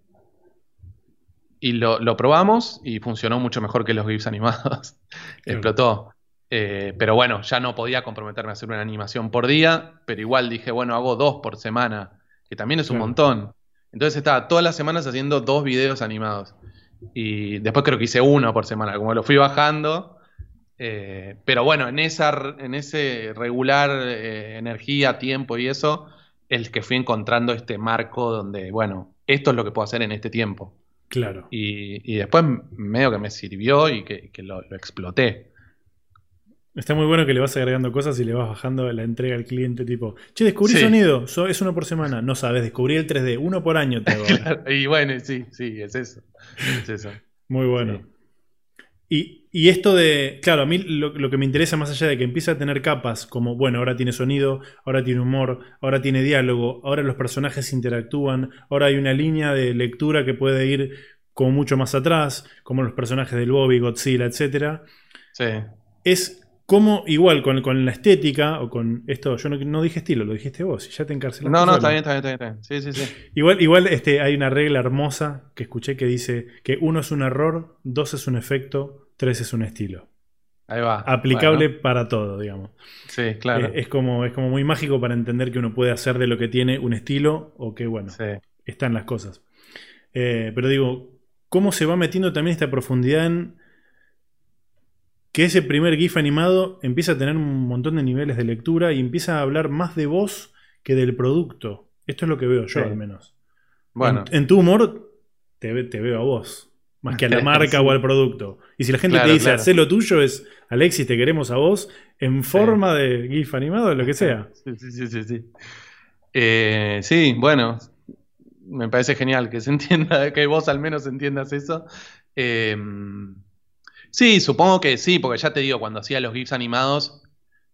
y lo, lo probamos y funcionó mucho mejor que los GIFs animados. Claro. Explotó. Eh, pero bueno, ya no podía comprometerme a hacer una animación por día, pero igual dije, bueno, hago dos por semana, que también es un Claro. montón. Entonces estaba todas las semanas haciendo dos videos animados. Y después creo que hice uno por semana, como lo fui bajando. Eh, pero bueno, en esa, en ese regular eh, energía, tiempo y eso, el que fui encontrando este marco donde, bueno, esto es lo que puedo hacer en este tiempo. Claro. Y, y después medio que me sirvió y que, que lo, lo exploté. Está muy bueno que le vas agregando cosas y le vas bajando la entrega al cliente, tipo, che, descubrí Sí, sonido, so- es uno por semana. No sabes, descubrí el tres D, uno por año te hago ahora. claro. Y bueno, sí, sí, es eso. Es eso. Muy Sí, bueno. Y, y esto de, claro, a mí lo, lo que me interesa más allá de que empieza a tener capas, como, bueno, ahora tiene sonido, ahora tiene humor, ahora tiene diálogo, ahora los personajes interactúan, ahora hay una línea de lectura que puede ir como mucho más atrás, como los personajes del Bobby, Godzilla, etcétera. sí. Es como, igual, con, con la estética, o con esto, yo no, no dije estilo, lo dijiste vos, y ya te encarcelaste No, no, está bien, solo. está bien, está bien. Está bien. Sí, sí, sí. Igual, igual este, hay una regla hermosa que escuché que dice que uno es un error, dos es un efecto, tres es un estilo. Ahí va. Aplicable Bueno, para todo, digamos. sí, Eh, claro. es, como, es como muy mágico para entender que uno puede hacer de lo que tiene un estilo o que, bueno, Sí. están las cosas. Eh, pero digo, ¿cómo se va metiendo también esta profundidad en que ese primer GIF animado empieza a tener un montón de niveles de lectura y empieza a hablar más de vos que del producto? Esto es lo que veo yo, Sí. al menos. En, Bueno, en tu humor, te, ve- te veo a vos, más que a la marca sí, o al producto. Y si la gente te claro, dice, claro. hacé lo tuyo, es Alexis, te queremos a vos, en Sí. forma de GIF animado, lo que sea. Sí, sí, sí, sí, sí. Eh, sí, bueno, me parece genial que se entienda, que vos al menos entiendas eso. Eh, sí, supongo que sí, porque ya te digo, cuando hacía los GIFs animados,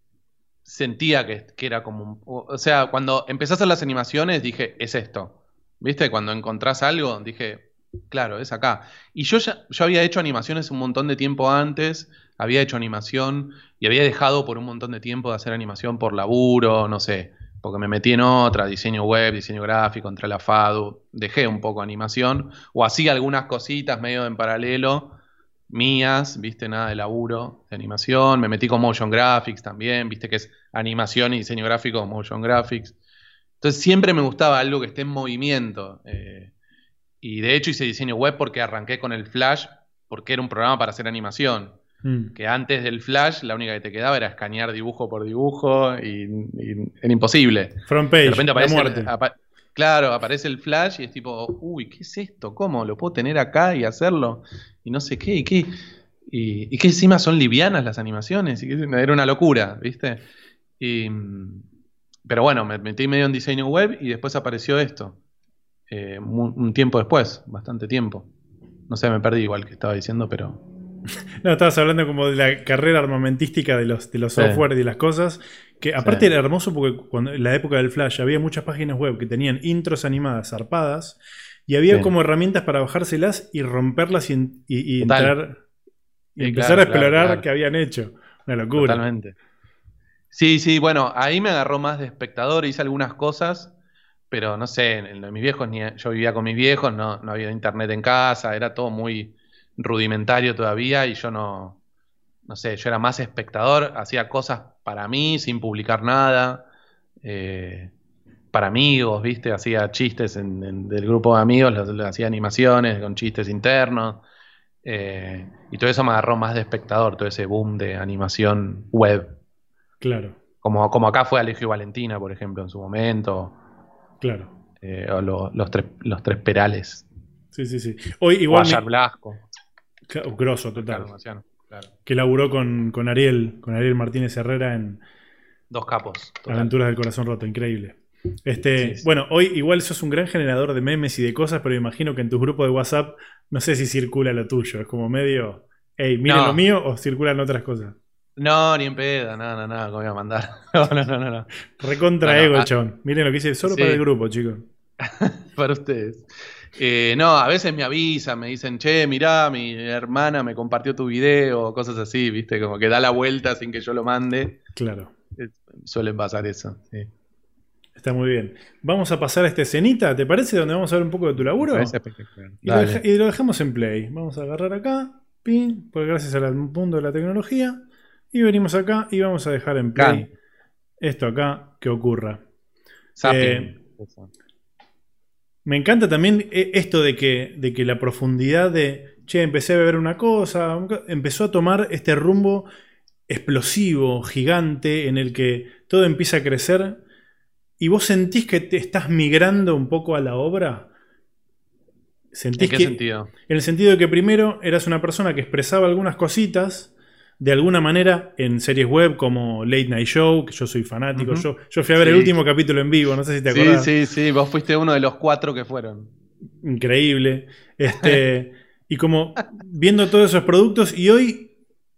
sentía que, que era como un- o o sea, cuando empecé a hacer las animaciones, dije, es esto. ¿Viste? Cuando encontrás algo, dije, claro, es acá. Y yo ya, yo había hecho animaciones un montón de tiempo antes, había hecho animación y había dejado por un montón de tiempo de hacer animación por laburo, no sé, porque me metí en otra, diseño web, diseño gráfico, entré a la FADU, dejé un poco animación, o hacía algunas cositas medio en paralelo, mías, viste, nada de laburo, de animación, me metí con motion graphics también, viste que es animación y diseño gráfico, motion graphics. Entonces siempre me gustaba algo que esté en movimiento. eh, y de hecho hice diseño web porque arranqué con el Flash, porque era un programa para hacer animación. Mm. Que antes del Flash la única que te quedaba era escanear dibujo por dibujo y, y era imposible. Front De page, repente la aparece, el- muerte. apa- claro, aparece el Flash y es tipo, uy, ¿qué es esto? ¿Cómo? ¿Lo puedo tener acá y hacerlo? Y no sé qué, y qué. Y, y que encima son livianas las animaciones. Y que era una locura, ¿viste? Y, mm, pero bueno, me metí medio en diseño web y después apareció esto. Eh, mu- un tiempo después, bastante tiempo. No sé, me perdí igual que estaba diciendo, pero... No, estabas hablando como de la carrera armamentística de los, de los Sí, software y de las cosas. Que sí. aparte era hermoso porque cuando, en la época del Flash había muchas páginas web que tenían intros animadas zarpadas y había Sí. como herramientas para bajárselas y romperlas y, en- y- y Total. entrar y Sí, empezar claro, a explorar claro, claro. qué habían hecho. Una locura. Totalmente. Sí, sí, bueno, ahí me agarró más de espectador, hice algunas cosas, pero no sé, en, en mis viejos, ni, yo vivía con mis viejos, no, no había internet en casa, era todo muy rudimentario todavía y yo no, no sé, yo era más espectador, hacía cosas para mí sin publicar nada, eh, para amigos, ¿viste? Hacía chistes en, en- del grupo de amigos, los- los hacía animaciones con chistes internos, eh, y todo eso me agarró más de espectador, todo ese boom de animación web. Claro, Como, como acá fue Alejo y Valentina, por ejemplo, en su momento, claro. eh, o lo- los, tres, los tres Perales, Sí, sí, sí. Hoy o igual Ayar mi, Blasco, claro, grosso la total. animación, claro. Que laburó con, con Ariel, con Ariel Martínez Herrera en Dos capos, total. Aventuras del Corazón Roto, increíble. Este, Sí, sí. bueno, hoy igual sos un gran generador de memes y de cosas, pero imagino que en tus grupos de WhatsApp no sé si circula lo tuyo. Es como medio, hey, miren No. lo mío o circulan otras cosas. No, ni en pedo, nada, nada, nada, ¿cómo voy a mandar? No, no, no, no, no. Recontra No, no, ego el ah, chabón. Miren lo que hice solo sí. para el grupo, chicos. Para ustedes. Eh, no, a veces me avisan, me dicen, che, mirá, mi hermana me compartió tu video, cosas así, ¿viste? Como que da la vuelta sin que yo lo mande. Claro, Eh, Suelen pasar eso, sí. está muy bien. Vamos a pasar a esta escenita, ¿te parece? Donde vamos a ver un poco de tu laburo. Me parece espectacular. Y lo, Dale. deja- y lo dejamos en play. Vamos a agarrar acá, pin, porque gracias al mundo de la tecnología. Y venimos acá y vamos a dejar en play Acá. esto acá que ocurra. Zapping. Eh, Eso. Me encanta también eh, esto de que, de que la profundidad de, che, empecé a ver una cosa, un co- empezó a tomar este rumbo explosivo, gigante, en el que todo empieza a crecer y vos sentís que te estás migrando un poco a la obra. Sentís ¿En qué que, sentido? en el sentido de que primero eras una persona que expresaba algunas cositas de alguna manera en series web como Late Night Show, que yo soy fanático. Ujú. yo, yo fui a ver Sí. el último capítulo en vivo, no sé si te Sí, acordás. sí, sí, vos fuiste uno de los cuatro que fueron. Increíble. Este, y como viendo todos esos productos, y hoy,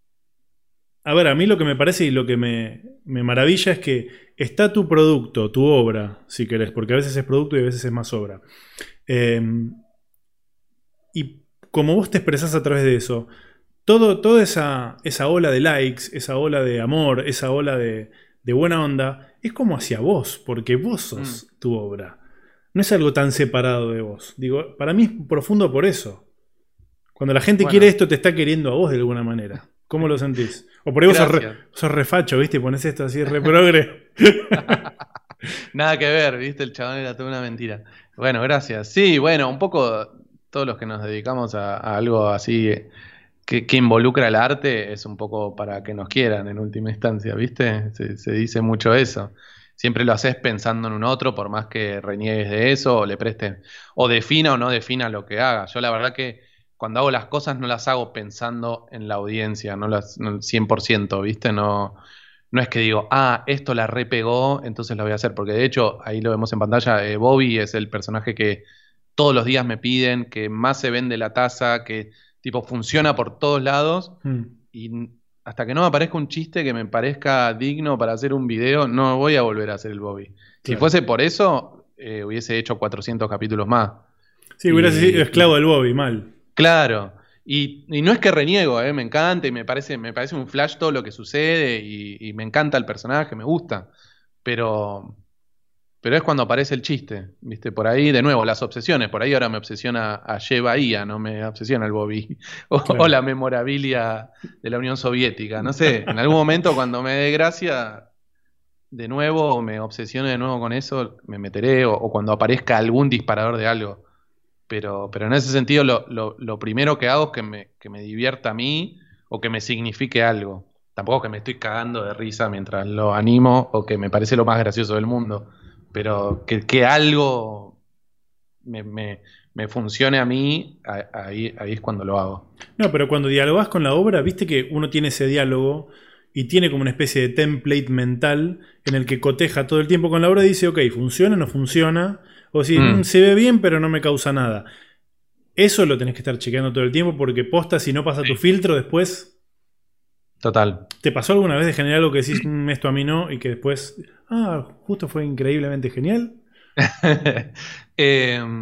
a ver, a mí lo que me parece y lo que me, me maravilla es que está tu producto, tu obra, si querés, porque a veces es producto y a veces es más obra. Eh, y como vos te expresás a través de eso, todo, toda esa, esa ola de likes, esa ola de amor, esa ola de, de buena onda, es como hacia vos, porque vos sos Mm. tu obra. No es algo tan separado de vos. Digo, para mí es profundo por eso. Cuando la gente Bueno. quiere esto, te está queriendo a vos de alguna manera. ¿Cómo lo sentís? O por ahí vos sos, re, Gracias. sos refacho, ¿viste? Y pones esto así, re progre. Nada que ver, ¿viste? El chabón era toda una mentira. Bueno, gracias. Sí, bueno, un poco todos los que nos dedicamos a, a algo así eh, que, que involucra el arte es un poco para que nos quieran en última instancia, ¿viste? Se, se dice mucho eso. Siempre lo haces pensando en un otro, por más que reniegues de eso o le prestes, o defina o no defina lo que haga. Yo la verdad que cuando hago las cosas no las hago pensando en la audiencia, no las no, cien por ciento, ¿viste? No, no es que digo, ah, esto la repegó, entonces lo voy a hacer. Porque de hecho, ahí lo vemos en pantalla, eh, Bobby es el personaje que todos los días me piden, que más se vende la taza, que tipo funciona por todos lados. Mm. Y hasta que no me aparezca un chiste que me parezca digno para hacer un video, no voy a volver a hacer el Bobby. Claro. Si fuese por eso, eh, hubiese hecho cuatrocientos capítulos más. Sí, hubiera sido esclavo del Bobby, mal. Claro. Y, y no es que reniego, eh, me encanta y me parece, me parece un flash todo lo que sucede y, y me encanta el personaje, me gusta. Pero, pero es cuando aparece el chiste, ¿viste? Por ahí, de nuevo, las obsesiones. Por ahí ahora me obsesiona a Ye Bahía, no me obsesiona el Bobby. O, claro. o la memorabilia de la Unión Soviética. No sé, en algún momento cuando me dé gracia, de nuevo, me obsesione de nuevo con eso, me meteré. O, o cuando aparezca algún disparador de algo. Pero, pero en ese sentido lo, lo, lo primero que hago es que me, que me divierta a mí o que me signifique algo. Tampoco que me estoy cagando de risa mientras lo animo o que me parece lo más gracioso del mundo. Pero que, que algo me, me, me funcione a mí, ahí, ahí es cuando lo hago. No, pero cuando dialogas con la obra, viste que uno tiene ese diálogo y tiene como una especie de template mental en el que coteja todo el tiempo con la obra y dice, ok, ¿funciona o no funciona? O si mm. se ve bien, pero no me causa nada. Eso lo tenés que estar chequeando todo el tiempo porque posta, si no pasa tu filtro, después... Total. ¿Te pasó alguna vez de generar algo que decís, mmm, esto a mí no? Y que después, ah, justo fue increíblemente genial. eh,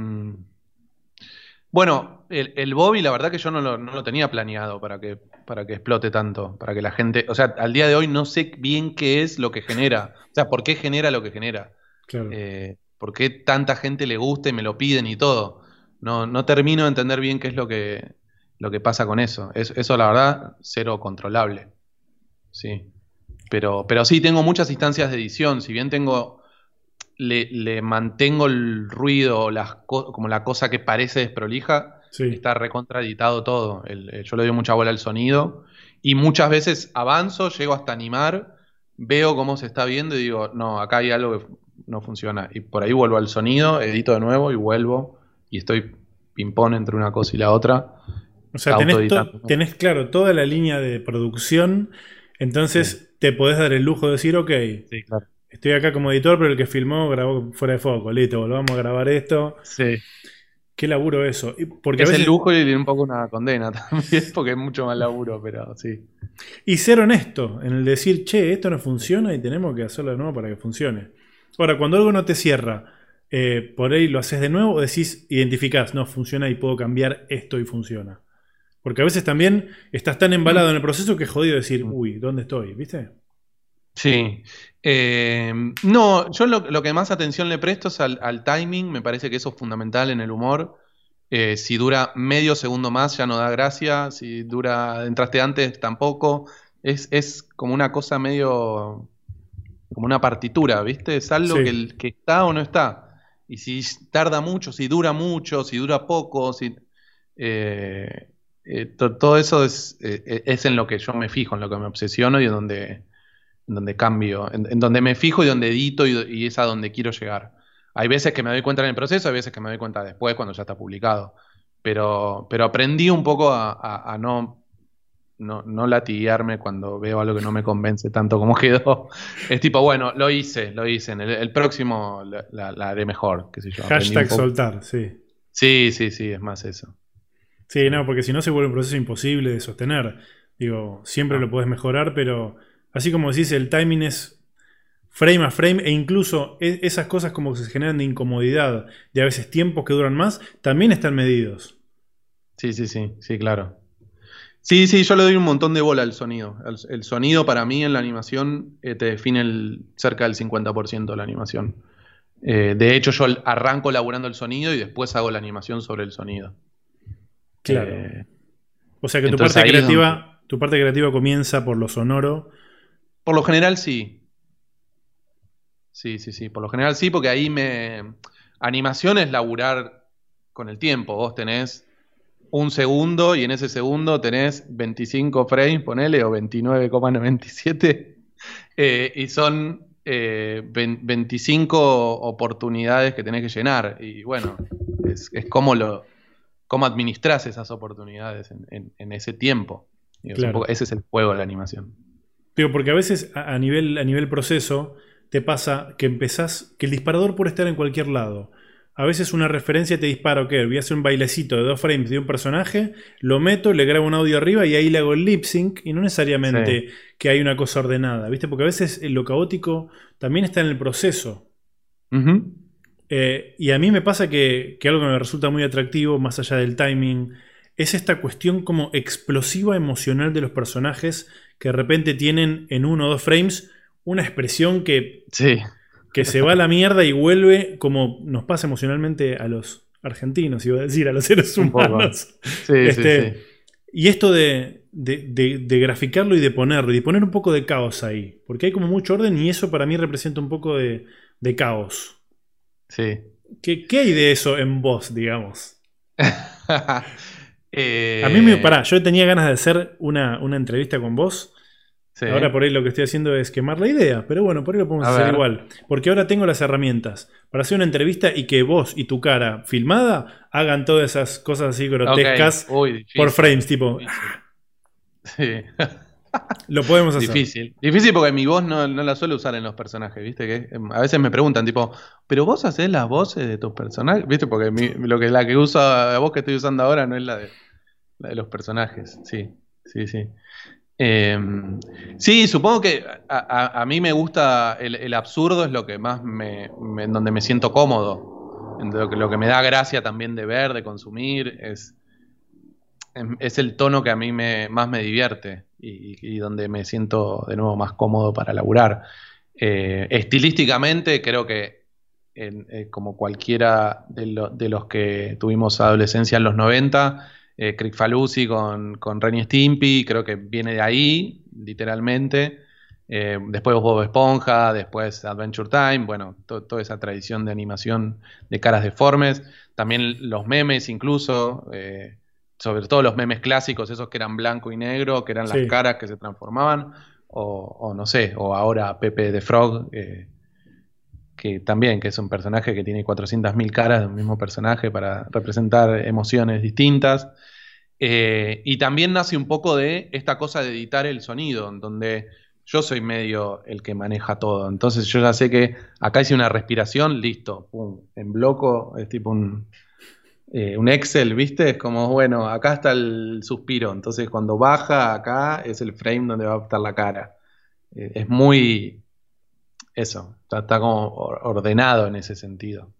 bueno, el, el Bobby, la verdad que yo no lo, no lo tenía planeado para que, para que explote tanto. Para que la gente... O sea, al día de hoy no sé bien qué es lo que genera. O sea, por qué genera lo que genera. Claro. Eh, por qué tanta gente le gusta y me lo piden y todo. No, no termino de entender bien qué es lo que, lo que pasa con eso. Es, eso, la verdad, cero controlable. Sí. Pero, pero sí, tengo muchas instancias de edición. Si bien tengo... Le, le mantengo el ruido, las co como la cosa que parece desprolija, sí. Está recontraeditado todo. El, el, yo le doy mucha bola al sonido. Y muchas veces avanzo, llego hasta animar, veo cómo se está viendo y digo, no, acá hay algo que no funciona. Y por ahí vuelvo al sonido, edito de nuevo y vuelvo. Y estoy ping-pong entre una cosa y la otra. O sea, tenés, to tenés claro toda la línea de producción. Entonces sí. Te podés dar el lujo de decir, ok, sí, claro. Estoy acá como editor, pero el que filmó grabó fuera de foco. Listo, volvamos a grabar esto. Sí. Qué laburo eso. Porque es a veces... el lujo y un poco una condena también, porque es mucho más laburo, pero sí. Y ser honesto en el decir, che, esto no funciona y tenemos que hacerlo de nuevo para que funcione. Ahora, cuando algo no te cierra, eh, por ahí lo haces de nuevo o decís, identificás, no, funciona y puedo cambiar esto y funciona. Porque a veces también estás tan embalado en el proceso que es jodido decir, uy, ¿dónde estoy? ¿Viste? Sí. Eh, no, yo lo, lo que más atención le presto es al, al timing. Me parece que eso es fundamental en el humor. Eh, si dura medio segundo más ya no da gracia. Si dura, entraste antes tampoco. Es, es como una cosa medio... como una partitura, ¿viste? Es algo sí. que, el, que está o no está. Y si tarda mucho, si dura mucho, si dura poco, si... Eh, eh, to, todo eso es, eh, es en lo que yo me fijo, en lo que me obsesiono y en donde... en donde cambio, en, en donde me fijo y donde edito y, y es a donde quiero llegar. Hay veces que me doy cuenta en el proceso, hay veces que me doy cuenta después cuando ya está publicado. Pero, pero aprendí un poco a, a, a no, no, no latiguearme cuando veo algo que no me convence tanto como quedó. Es tipo, bueno, lo hice, lo hice. En el, el próximo la, la, la haré mejor, qué sé yo. Hashtag soltar, sí. Sí, sí, sí, es más eso. Sí, no, porque si no se vuelve un proceso imposible de sostener. Digo, siempre ah. lo podés mejorar, pero... Así como decís, el timing es frame a frame e incluso esas cosas como que se generan de incomodidad, de a veces tiempos que duran más, también están medidos. Sí, sí, sí, sí, claro. Sí, sí, yo le doy un montón de bola al sonido. El, el sonido para mí en la animación eh, te define el, cerca del cincuenta por ciento de la animación. Eh, de hecho, yo arranco laburando el sonido y después hago la animación sobre el sonido. Claro. Eh, o sea que tu parte creativa, donde... tu parte creativa comienza por lo sonoro. Por lo general sí. Sí, sí, sí. Por lo general sí, porque ahí me... Animación es laburar con el tiempo. Vos tenés un segundo y en ese segundo tenés veinticinco frames, ponele, o veintinueve coma noventa y siete. Eh, y son eh, veinticinco oportunidades que tenés que llenar. Y bueno, es, es cómo, lo, cómo administrás esas oportunidades en, en, en ese tiempo. Claro. Es un poco, ese es el juego de la animación. Digo, porque a veces a, a nivel, a nivel proceso te pasa que empezás, que el disparador puede estar en cualquier lado. A veces una referencia te dispara, ok, voy a hacer un bailecito de dos frames de un personaje, lo meto, le grabo un audio arriba y ahí le hago el lip sync y no necesariamente sí. que hay una cosa ordenada, ¿viste? Porque a veces lo caótico también está en el proceso. Uh-huh. eh, y a mí me pasa que, que algo que me resulta muy atractivo, más allá del timing, es esta cuestión como explosiva emocional de los personajes que de repente tienen en uno o dos frames una expresión que... Sí. que se va a la mierda y vuelve, como nos pasa emocionalmente a los argentinos, iba a decir, a los seres humanos. Sí, este, sí, sí. Y esto de, de, de, de graficarlo y de ponerlo, y de poner un poco de caos ahí, porque hay como mucho orden y eso para mí representa un poco de, de caos. Sí. ¿Qué, ¿Qué hay de eso en vos, digamos? eh... A mí me... Pará, yo tenía ganas de hacer una, una entrevista con vos. Sí. Ahora por ahí lo que estoy haciendo es quemar la idea, pero bueno, por ahí lo podemos a hacer ver. igual. Porque ahora tengo las herramientas para hacer una entrevista y que vos y tu cara filmada hagan todas esas cosas así grotescas okay. Uy, por frames, tipo... Sí. Lo podemos hacer. Difícil. Difícil porque mi voz no, no la suelo usar en los personajes, ¿viste? Que a veces me preguntan, tipo, ¿pero vos hacés las voces de tus personajes? ¿Viste? Porque mi, lo que, la que uso, la voz que estoy usando ahora no es la de, la de los personajes. Sí, sí, sí. Eh, sí, supongo que a, a, a mí me gusta el, el absurdo, es lo que más me, me en donde me siento cómodo, en lo, que, lo que me da gracia también de ver, de consumir, es, es el tono que a mí me, más me divierte y, y donde me siento de nuevo más cómodo para laburar. Eh, estilísticamente creo que en, eh, como cualquiera de, lo, de los que tuvimos adolescencia en los noventa, Eh, Kricfalusi con, con Ren y Stimpy, creo que viene de ahí, literalmente. Eh, después Bob Esponja, después Adventure Time, bueno, to, toda esa tradición de animación de caras deformes. También los memes incluso, eh, sobre todo los memes clásicos, esos que eran blanco y negro, que eran sí. las caras que se transformaban, o, o no sé, o ahora Pepe the Frog, eh, que también, que es un personaje que tiene cuatrocientas mil caras de un mismo personaje para representar emociones distintas. Eh, y también nace un poco de esta cosa de editar el sonido, en donde yo soy medio el que maneja todo. Entonces yo ya sé que acá hice una respiración, listo, pum, en bloco, es tipo un, eh, un Excel, ¿viste? Es como, bueno, acá está el suspiro. Entonces cuando baja acá es el frame donde va a estar la cara. Eh, es muy... Eso, está, está como ordenado en ese sentido.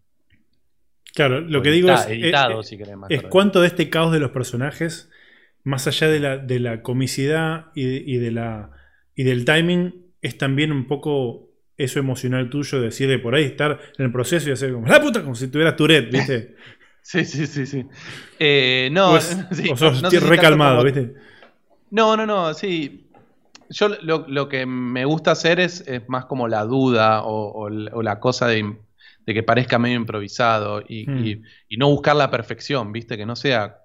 Claro, lo que digo es, editado, es, si querés más es cuánto de este caos de los personajes, más allá de la, de la comicidad y, de, y, de la, y del timing, es también un poco eso emocional tuyo de decir de por ahí estar en el proceso y hacer como la puta, como si tuvieras Tourette, ¿viste? Sí, sí, sí, sí. Eh, no, o, es, sí, o sos no, no recalmado, como... ¿viste? No, no, no, sí. Yo lo, lo que me gusta hacer es, es más como la duda o, o, o la cosa de, de que parezca medio improvisado y, hmm. y, y no buscar la perfección, ¿viste? Que no sea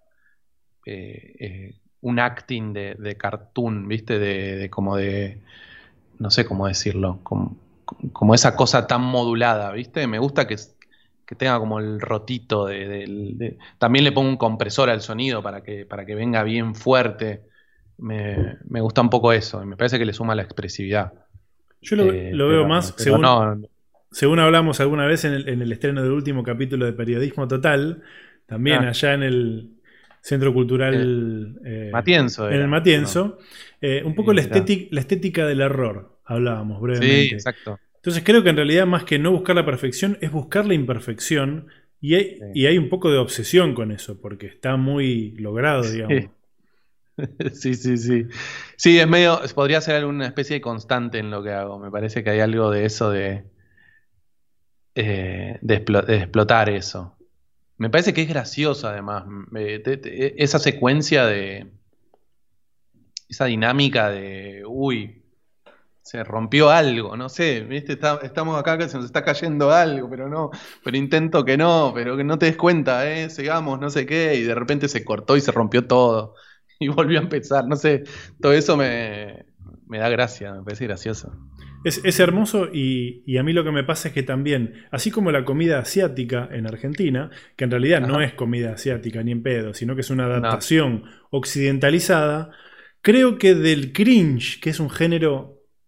eh, eh, un acting de, de cartoon, ¿viste? De, de como de, no sé cómo decirlo, como, como esa cosa tan modulada, ¿viste? Me gusta que, que tenga como el rotito de, de, de... También le pongo un compresor al sonido para que, para que venga bien fuerte. Me, me gusta un poco eso y me parece que le suma la expresividad. Yo lo, eh, lo veo pero, más pero según, no, no. según hablamos alguna vez en el, en el estreno del último capítulo de Periodismo Total, también ah. allá en el Centro Cultural eh, Matienzo en era, el Matienzo, no. eh, un poco la, estética, la estética del error hablábamos brevemente. Sí, exacto. Entonces creo que en realidad más que no buscar la perfección es buscar la imperfección y hay, sí. y hay un poco de obsesión con eso porque está muy logrado, digamos. Sí. Sí, sí, sí. Sí, es medio, podría ser alguna especie de constante en lo que hago. Me parece que hay algo de eso de, eh, de, explo, de explotar eso. Me parece que es gracioso además. Me, te, te, esa secuencia de, esa dinámica de, uy, se rompió algo, no sé, ¿viste? Está, estamos acá que se nos está cayendo algo, pero no, pero intento que no, pero que no te des cuenta, ¿eh? Sigamos, no sé qué, y de repente se cortó y se rompió todo. Y volvió a empezar, no sé, todo eso me, me da gracia, me parece gracioso. Es, es hermoso y, y a mí lo que me pasa es que también, así como la comida asiática en Argentina, que en realidad Ajá. no es comida asiática ni en pedo, sino que es una adaptación no. occidentalizada, creo que del cringe, que es un género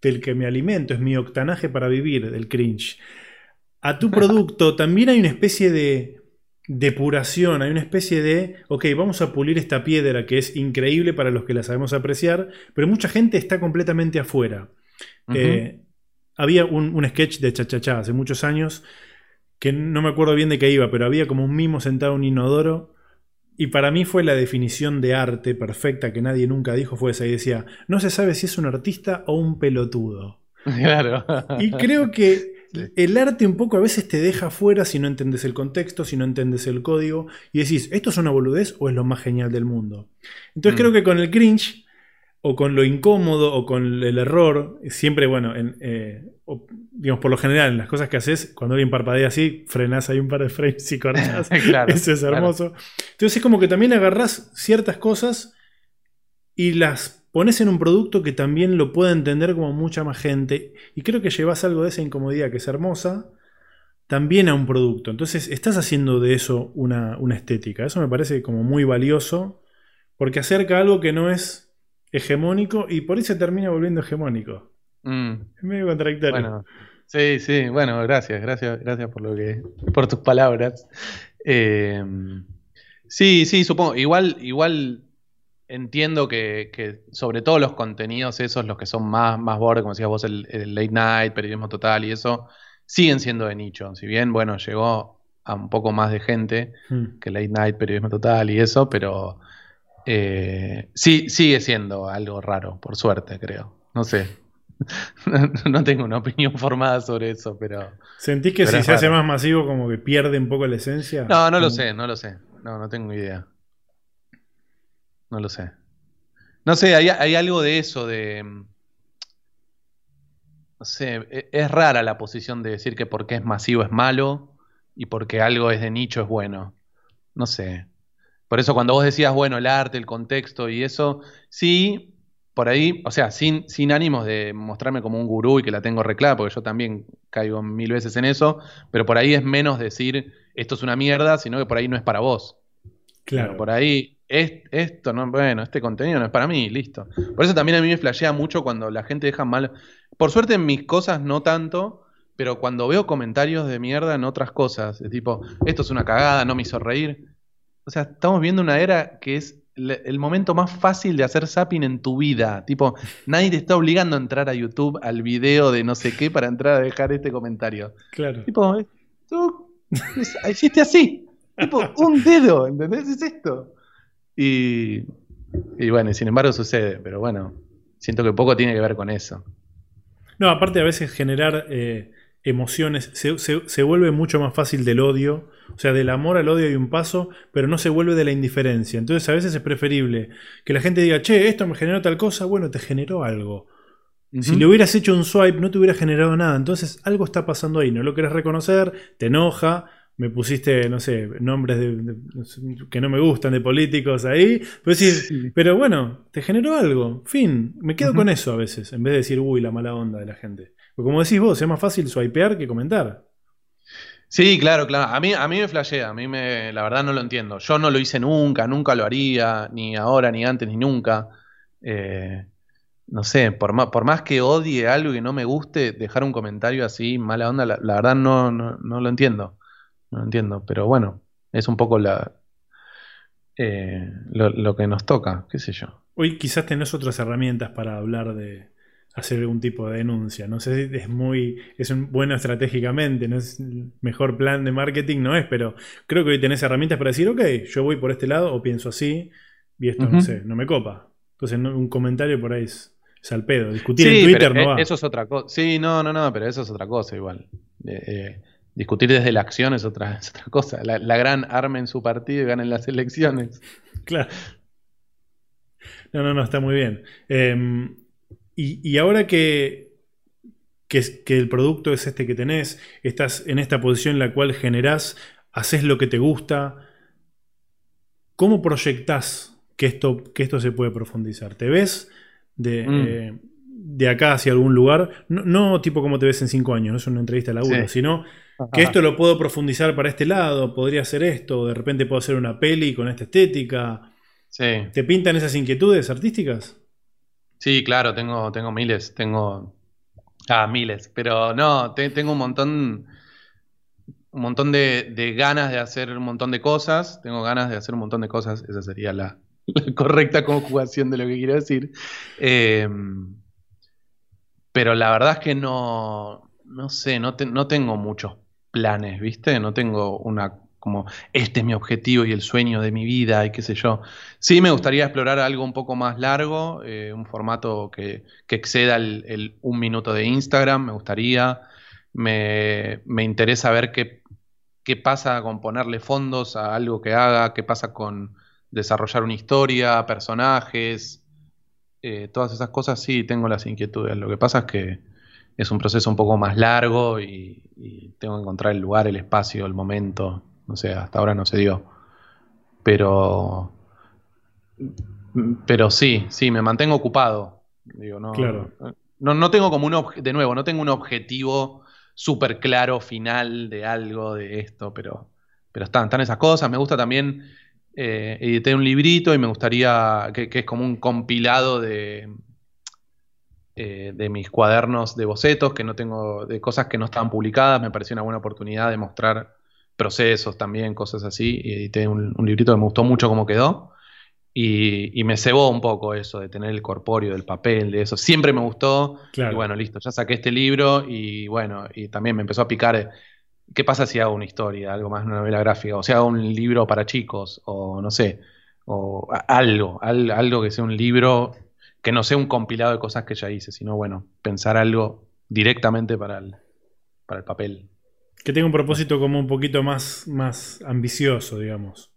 del que me alimento, es mi octanaje para vivir, del cringe. A tu producto también hay una especie de depuración, hay una especie de, ok, vamos a pulir esta piedra que es increíble para los que la sabemos apreciar, pero mucha gente está completamente afuera. Uh-huh. eh, había un, un sketch de Cha Cha Cha hace muchos años, que no me acuerdo bien de qué iba, pero había como un mimo sentado en un inodoro, y para mí fue la definición de arte perfecta que nadie nunca dijo, fue esa, y decía, no se sabe si es un artista o un pelotudo. Claro. Y creo que sí. El arte un poco a veces te deja fuera si no entendés el contexto, si no entendés el código, y decís, ¿esto es una boludez o es lo más genial del mundo? Entonces mm. creo que con el cringe, o con lo incómodo, o con el error, siempre, bueno, en, eh, o, digamos, por lo general, en las cosas que haces, cuando alguien parpadea así, frenás ahí un par de frames y cortás. Claro, eso es hermoso. Claro. Entonces es como que también agarrás ciertas cosas y las pones en un producto que también lo pueda entender como mucha más gente. Y creo que llevas algo de esa incomodidad que es hermosa también a un producto. Entonces estás haciendo de eso una, una estética. Eso me parece como muy valioso porque acerca algo que no es hegemónico y por ahí se termina volviendo hegemónico. Mm. Es medio contradictorio. Bueno, sí, sí. Bueno, gracias. Gracias, gracias por, lo que, por tus palabras. Eh, sí, sí, supongo. Igual... igual entiendo que, que sobre todo los contenidos esos, los que son más, más borde, como decías vos, el, el late night, periodismo total y eso, siguen siendo de nicho. Si bien, bueno, llegó a un poco más de gente hmm. que late night, periodismo total y eso, pero eh, sí, sigue siendo algo raro, por suerte, creo. No sé. No tengo una opinión formada sobre eso, pero... ¿Sentís que si se raro. hace más masivo como que pierde un poco la esencia? No, no lo sé, no lo sé. No, no tengo idea. No lo sé. No sé, hay, hay algo de eso, de... No sé, es rara la posición de decir que porque es masivo es malo y porque algo es de nicho es bueno. No sé. Por eso cuando vos decías, bueno, el arte, el contexto y eso, sí, por ahí, o sea, sin, sin ánimos de mostrarme como un gurú y que la tengo reclara, porque yo también caigo mil veces en eso, pero por ahí es menos decir, esto es una mierda, sino que por ahí no es para vos. Claro. Pero por ahí... Esto, no, bueno, este contenido no es para mí, listo. Por eso también a mí me flashea mucho cuando la gente deja mal. Por suerte en mis cosas no tanto, pero cuando veo comentarios de mierda en otras cosas, de tipo, esto es una cagada, no me hizo reír. O sea, estamos viendo una era que es el momento más fácil de hacer zapping en tu vida. Tipo, nadie te está obligando a entrar a YouTube al video de no sé qué para entrar a dejar este comentario. Claro. Tipo, tú hiciste así. Tipo, un dedo, ¿entendés? Es esto. Y, y bueno, sin embargo sucede, pero bueno, siento que poco tiene que ver con eso. No, aparte a veces generar eh, emociones, se, se, se vuelve mucho más fácil del odio, o sea, del amor al odio hay un paso, pero no se vuelve de la indiferencia. Entonces a veces es preferible que la gente diga, che, esto me generó tal cosa, bueno, te generó algo. Uh-huh. Si le hubieras hecho un swipe no te hubiera generado nada, entonces algo está pasando ahí, no lo querés reconocer, te enoja. Me pusiste, no sé, nombres de, de, de, que no me gustan de políticos ahí. Pero, decir, sí. pero bueno, te generó algo. Fin, me quedo uh-huh. con eso a veces. En vez de decir, uy, la mala onda de la gente. Porque como decís vos, es más fácil swipear que comentar. Sí, claro, claro. A mí, a mí me flashea. A mí me, la verdad no lo entiendo. Yo no lo hice nunca, nunca lo haría. Ni ahora, ni antes, ni nunca. Eh, no sé, por más, por más que odie algo y no me guste, dejar un comentario así, mala onda, la, la verdad no, no, no lo entiendo. No entiendo, pero bueno, es un poco la eh, lo, lo que nos toca, qué sé yo. Hoy quizás tenés otras herramientas para hablar de hacer algún tipo de denuncia. No sé si es muy, es un, bueno estratégicamente, no es el mejor plan de marketing, no es, pero creo que hoy tenés herramientas para decir, ok, yo voy por este lado o pienso así y esto uh-huh. no sé, no me copa. Entonces no, un comentario por ahí es, es al pedo. Discutir sí, en Twitter pero no va. Eso es otra cosa. Sí, no, no, no, pero eso es otra cosa igual. Eh, eh. Discutir desde la acción es otra, es otra cosa. La, la gran armen su partido y ganen las elecciones. Claro. No, no, no, está muy bien. Eh, y, y ahora que, que, que el producto es este que tenés, estás en esta posición en la cual generás, haces lo que te gusta, ¿cómo proyectás que esto, que esto se puede profundizar? ¿Te ves de... Mm. Eh, de acá hacia algún lugar, no, no tipo como te ves en cinco años, no es una entrevista de laburo, sí. sino Ajá. que esto lo puedo profundizar para este lado, podría hacer esto, de repente puedo hacer una peli con esta estética. Sí. ¿Te pintan esas inquietudes artísticas? Sí, claro, tengo, tengo miles, tengo, Ah, miles. Pero no, te- tengo un montón, un montón de, de ganas de hacer un montón de cosas. Tengo ganas de hacer un montón de cosas. Esa sería la, la correcta conjugación de lo que quiero decir. Eh, pero la verdad es que no, no sé, no, te- no tengo muchos planes, ¿viste? No tengo una como, este es mi objetivo y el sueño de mi vida y qué sé yo. Sí me gustaría explorar algo un poco más largo, eh, un formato que, que exceda el, el un minuto de Instagram, me gustaría. Me, me interesa ver qué, qué pasa con ponerle fondos a algo que haga, qué pasa con desarrollar una historia, personajes. Eh, todas esas cosas sí tengo las inquietudes. Lo que pasa es que es un proceso un poco más largo y, y tengo que encontrar el lugar, el espacio, el momento. No sé, hasta ahora no se dio. Pero, pero sí, sí, me mantengo ocupado. Digo, no, Claro. no, no tengo como un obje- de nuevo, no tengo un objetivo súper claro, final de algo, de esto, pero, pero están, están esas cosas. Me gusta también, eh, edité un librito y me gustaría, que, que es como un compilado de, eh, de mis cuadernos de bocetos, que no tengo, de cosas que no estaban publicadas. Me pareció una buena oportunidad de mostrar procesos también, cosas así. Y edité un, un librito que me gustó mucho cómo quedó. Y, y me cebó un poco eso de tener el corpóreo, del papel, de eso. Siempre me gustó. Y Claro. bueno, listo, ya saqué este libro y bueno, y también me empezó a picar. eh, ¿Qué pasa si hago una historia, algo más, una novela gráfica? O si hago un libro para chicos, o no sé, o a- algo, al- algo que sea un libro, que no sea un compilado de cosas que ya hice, sino bueno, pensar algo directamente para el, para el papel. Que tenga un No. propósito como un poquito más, más ambicioso, digamos.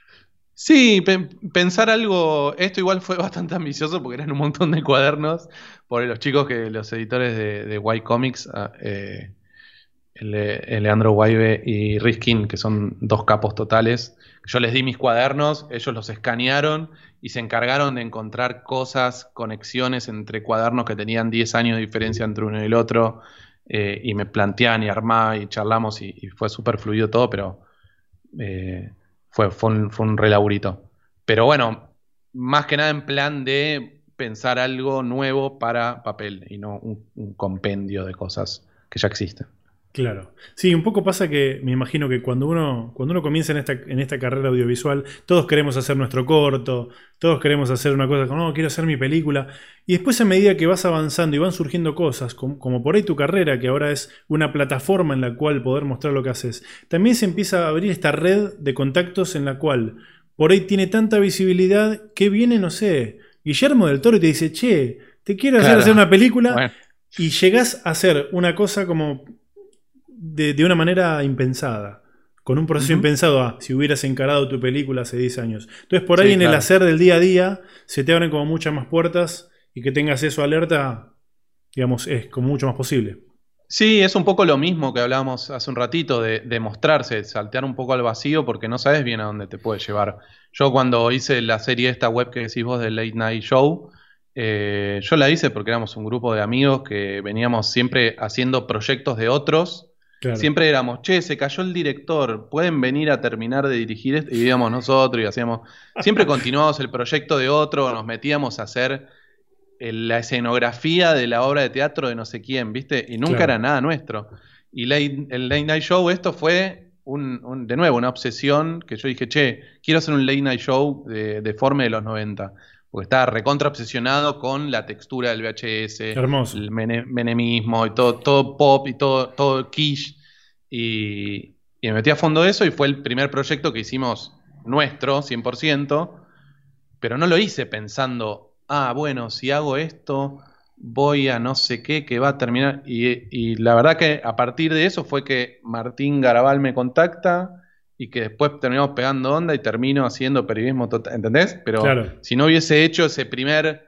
Sí, pe- pensar algo, esto igual fue bastante ambicioso porque eran un montón de cuadernos por los chicos que los editores de, de Y Comics, ah, eh, el, el Leandro Guaibe y Riskin, que son dos capos totales. Yo les di mis cuadernos, ellos los escanearon y se encargaron de encontrar cosas, conexiones entre cuadernos que tenían diez años de diferencia entre uno y el otro, eh, y me planteaban y armaba y charlamos y, y fue súper fluido todo, pero eh, fue, fue un, fue un relaburito. Pero bueno, más que nada en plan de pensar algo nuevo para papel y no un, un compendio de cosas que ya existen. Claro. Sí, un poco pasa que me imagino que cuando uno, cuando uno comienza en esta, en esta carrera audiovisual, todos queremos hacer nuestro corto, todos queremos hacer una cosa como, no, quiero hacer mi película. Y después a medida que vas avanzando y van surgiendo cosas, como, como por ahí tu carrera, que ahora es una plataforma en la cual poder mostrar lo que haces, también se empieza a abrir esta red de contactos en la cual por ahí tiene tanta visibilidad que viene, no sé, Guillermo del Toro y te dice, che, te quiero hacer hacer Claro, una película bueno, y llegás a hacer una cosa como de, de una manera impensada, con un proceso ujú, impensado a si hubieras encarado tu película hace diez años. Entonces, por ahí sí, en el claro. hacer del día a día se te abren como muchas más puertas y que tengas eso alerta, digamos, es como mucho más posible. Sí, es un poco lo mismo que hablábamos hace un ratito, de, de mostrarse, saltear un poco al vacío porque no sabes bien a dónde te puede llevar. Yo cuando hice la serie esta web que decís vos de Late Night Show, eh, yo la hice porque éramos un grupo de amigos que veníamos siempre haciendo proyectos de otros. Claro. Siempre éramos, che, se cayó el director, pueden venir a terminar de dirigir esto. Y íbamos nosotros y hacíamos, siempre continuábamos el proyecto de otro, nos metíamos a hacer el- la escenografía de la obra de teatro de no sé quién, ¿viste? Y nunca era Claro. nada nuestro. Y late- el Late Night Show, esto fue un, un- de nuevo una obsesión que yo dije, che, quiero hacer un Late Night Show de, de Forme de los noventa. Porque estaba recontra obsesionado con la textura del V H S, Hermoso. el mene- menemismo y todo, todo pop y todo, todo quiche. Y, y me metí a fondo de eso y fue el primer proyecto que hicimos nuestro, cien por ciento, pero no lo hice pensando, ah, bueno, si hago esto, voy a no sé qué, que va a terminar. Y, y la verdad que a partir de eso fue que Martín Garabal me contacta y que después terminamos pegando onda y termino haciendo periodismo total, ¿entendés? Pero Claro. si no hubiese hecho ese primer,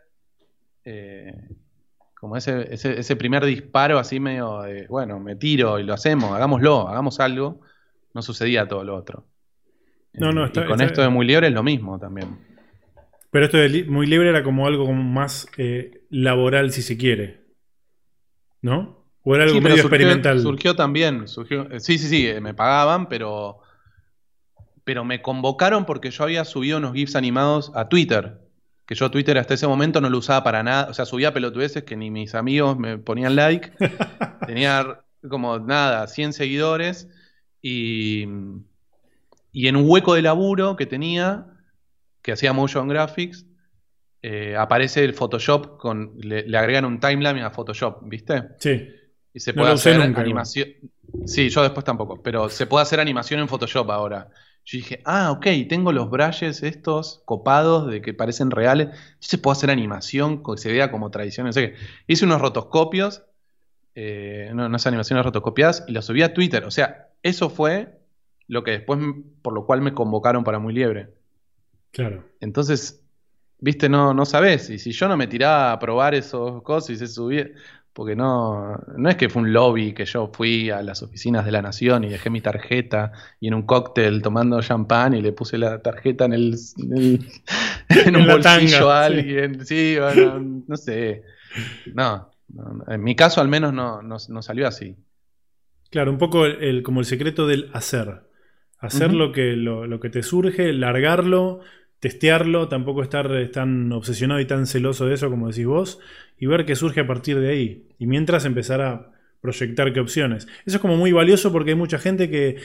eh, como ese, ese, ese primer disparo así medio de, bueno, me tiro y lo hacemos, hagámoslo, hagamos algo, no sucedía todo lo otro. No, no, Eh, y está, con está. esto de Muy Libre es lo mismo también. Pero esto de li- muy libre era como algo como más eh, laboral, si se quiere, ¿no? O era algo Sí, pero medio surgió, experimental. surgió también. Surgió, eh, sí, sí, sí, eh, me pagaban, pero, pero me convocaron porque yo había subido unos GIFs animados a Twitter. que yo Twitter hasta ese momento no lo usaba para nada, o sea, subía pelotudeces que ni mis amigos me ponían like, tenía como nada, cien seguidores, y, y en un hueco de laburo que tenía, que hacía motion graphics, eh, aparece el Photoshop, con le, le agregan un timeline a Photoshop, ¿viste? Sí. Y se No puede lo usé hacer nunca, animación. Sí, yo después tampoco, pero se puede hacer animación en Photoshop ahora. Yo dije, ah, ok, tengo los brushes estos copados de que parecen reales. Entonces puedo hacer animación que se vea como tradición. No sé qué. Hice unos rotoscopios, eh, no, unas animaciones rotoscopiadas y las subí a Twitter. O sea, eso fue lo que después, por lo cual me convocaron para Muy Liebre. Claro. Entonces, viste, no, no sabés. Y si yo no me tiraba a probar esos cosas y se subía. Porque no, no es que fue un lobby que yo fui a las oficinas de la Nación y dejé mi tarjeta y en un cóctel tomando champán y le puse la tarjeta en el, en, el, en un En la bolsillo tanga, a sí. alguien. Sí, bueno, no sé. No, no, en mi caso al menos no, no, no salió así. Claro, un poco el, el- como el secreto del hacer. Hacer Ujú. lo que, lo, lo que te surge, largarlo, testearlo, tampoco estar eh, tan obsesionado y tan celoso de eso como decís vos, y ver qué surge a partir de ahí. Y mientras empezar a proyectar qué opciones. Eso es como muy valioso porque hay mucha gente que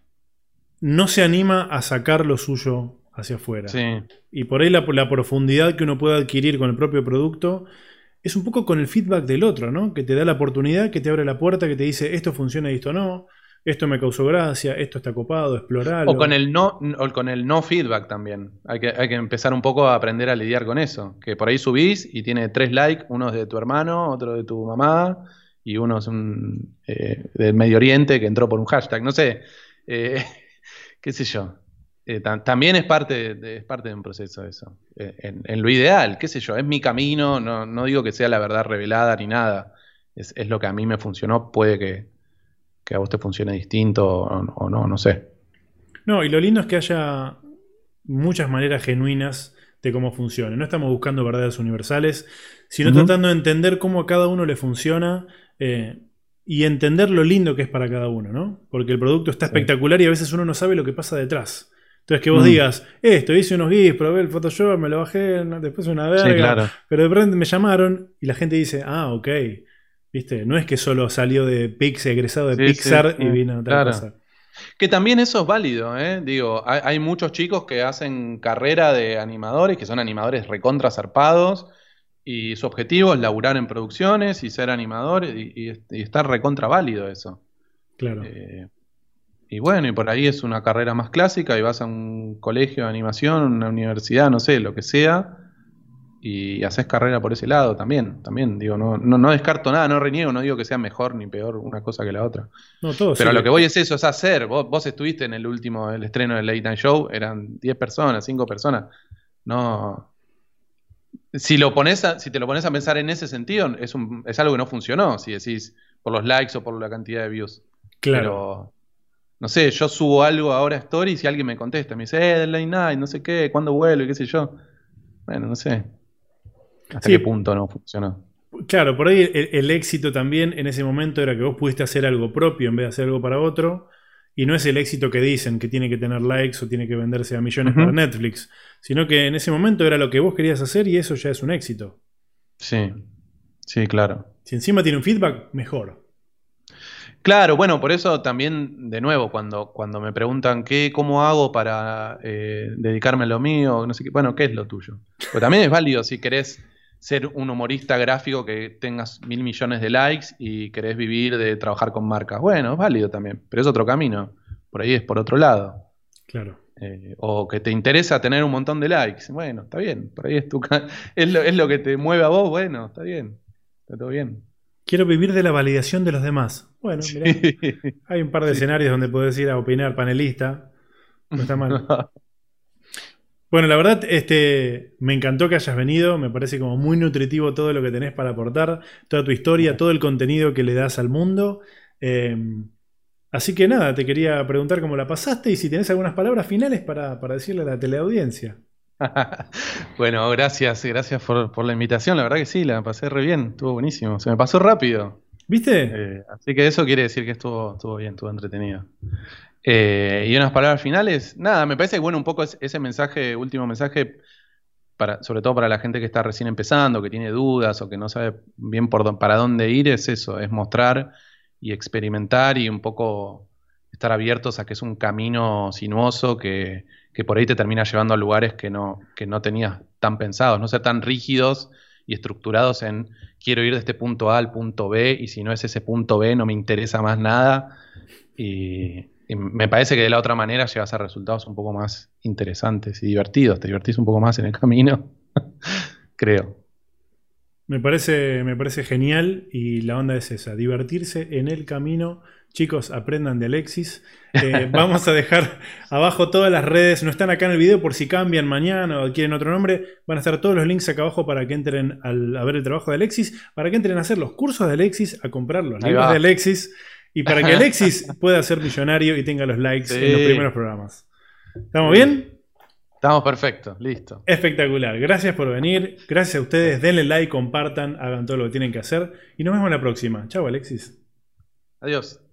no se anima a sacar lo suyo hacia afuera. Sí. Y por ahí la, la profundidad que uno puede adquirir con el propio producto es un poco con el feedback del otro, ¿no? Que te da la oportunidad, que te abre la puerta, que te dice esto funciona y esto no, esto me causó gracia, esto está copado, O con exploralo. el no, o con el no feedback también. Hay que, hay que empezar un poco a aprender a lidiar con eso. Que por ahí subís y tiene tres likes, uno es de tu hermano, otro de tu mamá, y uno es un eh, del Medio Oriente que entró por un hashtag. No sé, eh, qué sé yo. Eh, tam- también es parte de, de- es parte de un proceso eso. Eh, en, en lo ideal, qué sé yo, es mi camino, no, no digo que sea la verdad revelada ni nada. Es, es lo que a mí me funcionó, puede que, que a vos te funcione distinto o, o no, no sé. No, y lo lindo es que haya muchas maneras genuinas de cómo funciona. No estamos buscando verdades universales, sino Ujú. tratando de entender cómo a cada uno le funciona eh, y entender lo lindo que es para cada uno, ¿no? Porque el producto está Sí. espectacular y a veces uno no sabe lo que pasa detrás. Entonces que vos Mm, digas, esto, hice unos GIFs, probé el Photoshop, me lo bajé, no, después una sí, verga, claro. pero de repente me llamaron y la gente dice, ah, ok, ¿viste? No es que solo salió de Pixar, egresado de Sí, sí, Pixar sí, y vino tal claro. cosa. Que también eso es válido, ¿eh? Digo, hay, hay muchos chicos que hacen carrera de animadores, que son animadores recontra zarpados, y su objetivo es laburar en producciones y ser animador, y, y, y está recontra válido eso. Claro. Eh, y bueno, y por ahí es una carrera más clásica, y vas a un colegio de animación, una universidad, no sé, lo que sea, y haces carrera por ese lado también, también, digo, no, no, no descarto nada, no reniego, no digo que sea mejor ni peor una cosa que la otra. No, todo Pero a lo que sirve. voy es eso, es hacer. Vos, vos estuviste en el último, el estreno del Late Night Show, eran diez personas, cinco personas. No. Si lo pones a- si te lo pones a pensar en ese sentido, es un, es algo que no funcionó, si decís por los likes o por la cantidad de views. Claro. Pero, no sé, yo subo algo ahora a Stories y alguien me contesta, me dice, eh, del Late Night, no sé qué, ¿cuándo vuelve? ¿Qué sé yo? Bueno, no sé hasta qué Sí, punto no funcionó. claro, por ahí el, el éxito también en ese momento era que vos pudiste hacer algo propio en vez de hacer algo para otro. Y no es el éxito que dicen que tiene que tener likes o tiene que venderse a millones para Ujú. Netflix, sino que en ese momento era lo que vos querías hacer y eso ya es un éxito. Sí, sí, claro. Si encima tiene un feedback, mejor. Claro, bueno, por eso también, de nuevo, cuando, cuando me preguntan qué, cómo hago para eh, dedicarme a lo mío, no sé qué, bueno, ¿qué es lo tuyo? Pero también es válido si querés ser un humorista gráfico que tengas mil millones de likes y querés vivir de trabajar con marcas. Bueno, es válido también, pero es otro camino. Por ahí es por otro lado. Claro. Eh, o que te interesa tener un montón de likes. Bueno, está bien, por ahí es tu ca- es lo, es lo que te mueve a vos, bueno, está bien, está todo bien. Quiero vivir de la validación de los demás. Bueno, mirá, Sí, hay un par de sí. escenarios donde podés ir a opinar panelista. No está mal. Bueno, la verdad, este, me encantó que hayas venido. Me parece como muy nutritivo todo lo que tenés para aportar, toda tu historia, todo el contenido que le das al mundo. Eh, así que nada, te quería preguntar cómo la pasaste y si tenés algunas palabras finales para, para decirle a la teleaudiencia. Bueno, gracias, gracias por, por la invitación. La verdad que sí, la pasé re bien, estuvo buenísimo. Se me pasó rápido. ¿Viste? Eh, así que eso quiere decir que estuvo, estuvo bien, estuvo entretenido. Eh, y unas palabras finales, nada, me parece que bueno, un poco es- ese mensaje, último mensaje, para, sobre todo para la gente que está recién empezando, que tiene dudas o que no sabe bien por dó- para dónde ir, es eso, es mostrar y experimentar y un poco estar abiertos a que es un camino sinuoso que, que por ahí te termina llevando a lugares que no, que no tenías tan pensados, no ser tan rígidos y estructurados en quiero ir de este punto A al punto B y si no es ese punto B no me interesa más nada. Y, y me parece que de la otra manera llegas a resultados un poco más interesantes y divertidos. Te divertís un poco más en el camino, creo. Me parece, me parece genial y la onda es esa, divertirse en el camino. Chicos, aprendan de Alexis. Eh, vamos a dejar abajo todas las redes, no están acá en el video por si cambian mañana o quieren otro nombre. Van a estar todos los links acá abajo para que entren al- a ver el trabajo de Alexis, para que entren a hacer los cursos de Alexis, a comprar los Ahí libros va. de Alexis y para que Alexis pueda ser millonario y tenga los likes Sí. en los primeros programas. ¿Estamos bien? Estamos perfectos, listo. Espectacular, gracias por venir, gracias a ustedes, denle like, compartan, hagan todo lo que tienen que hacer y nos vemos la próxima. Chao Alexis. Adiós.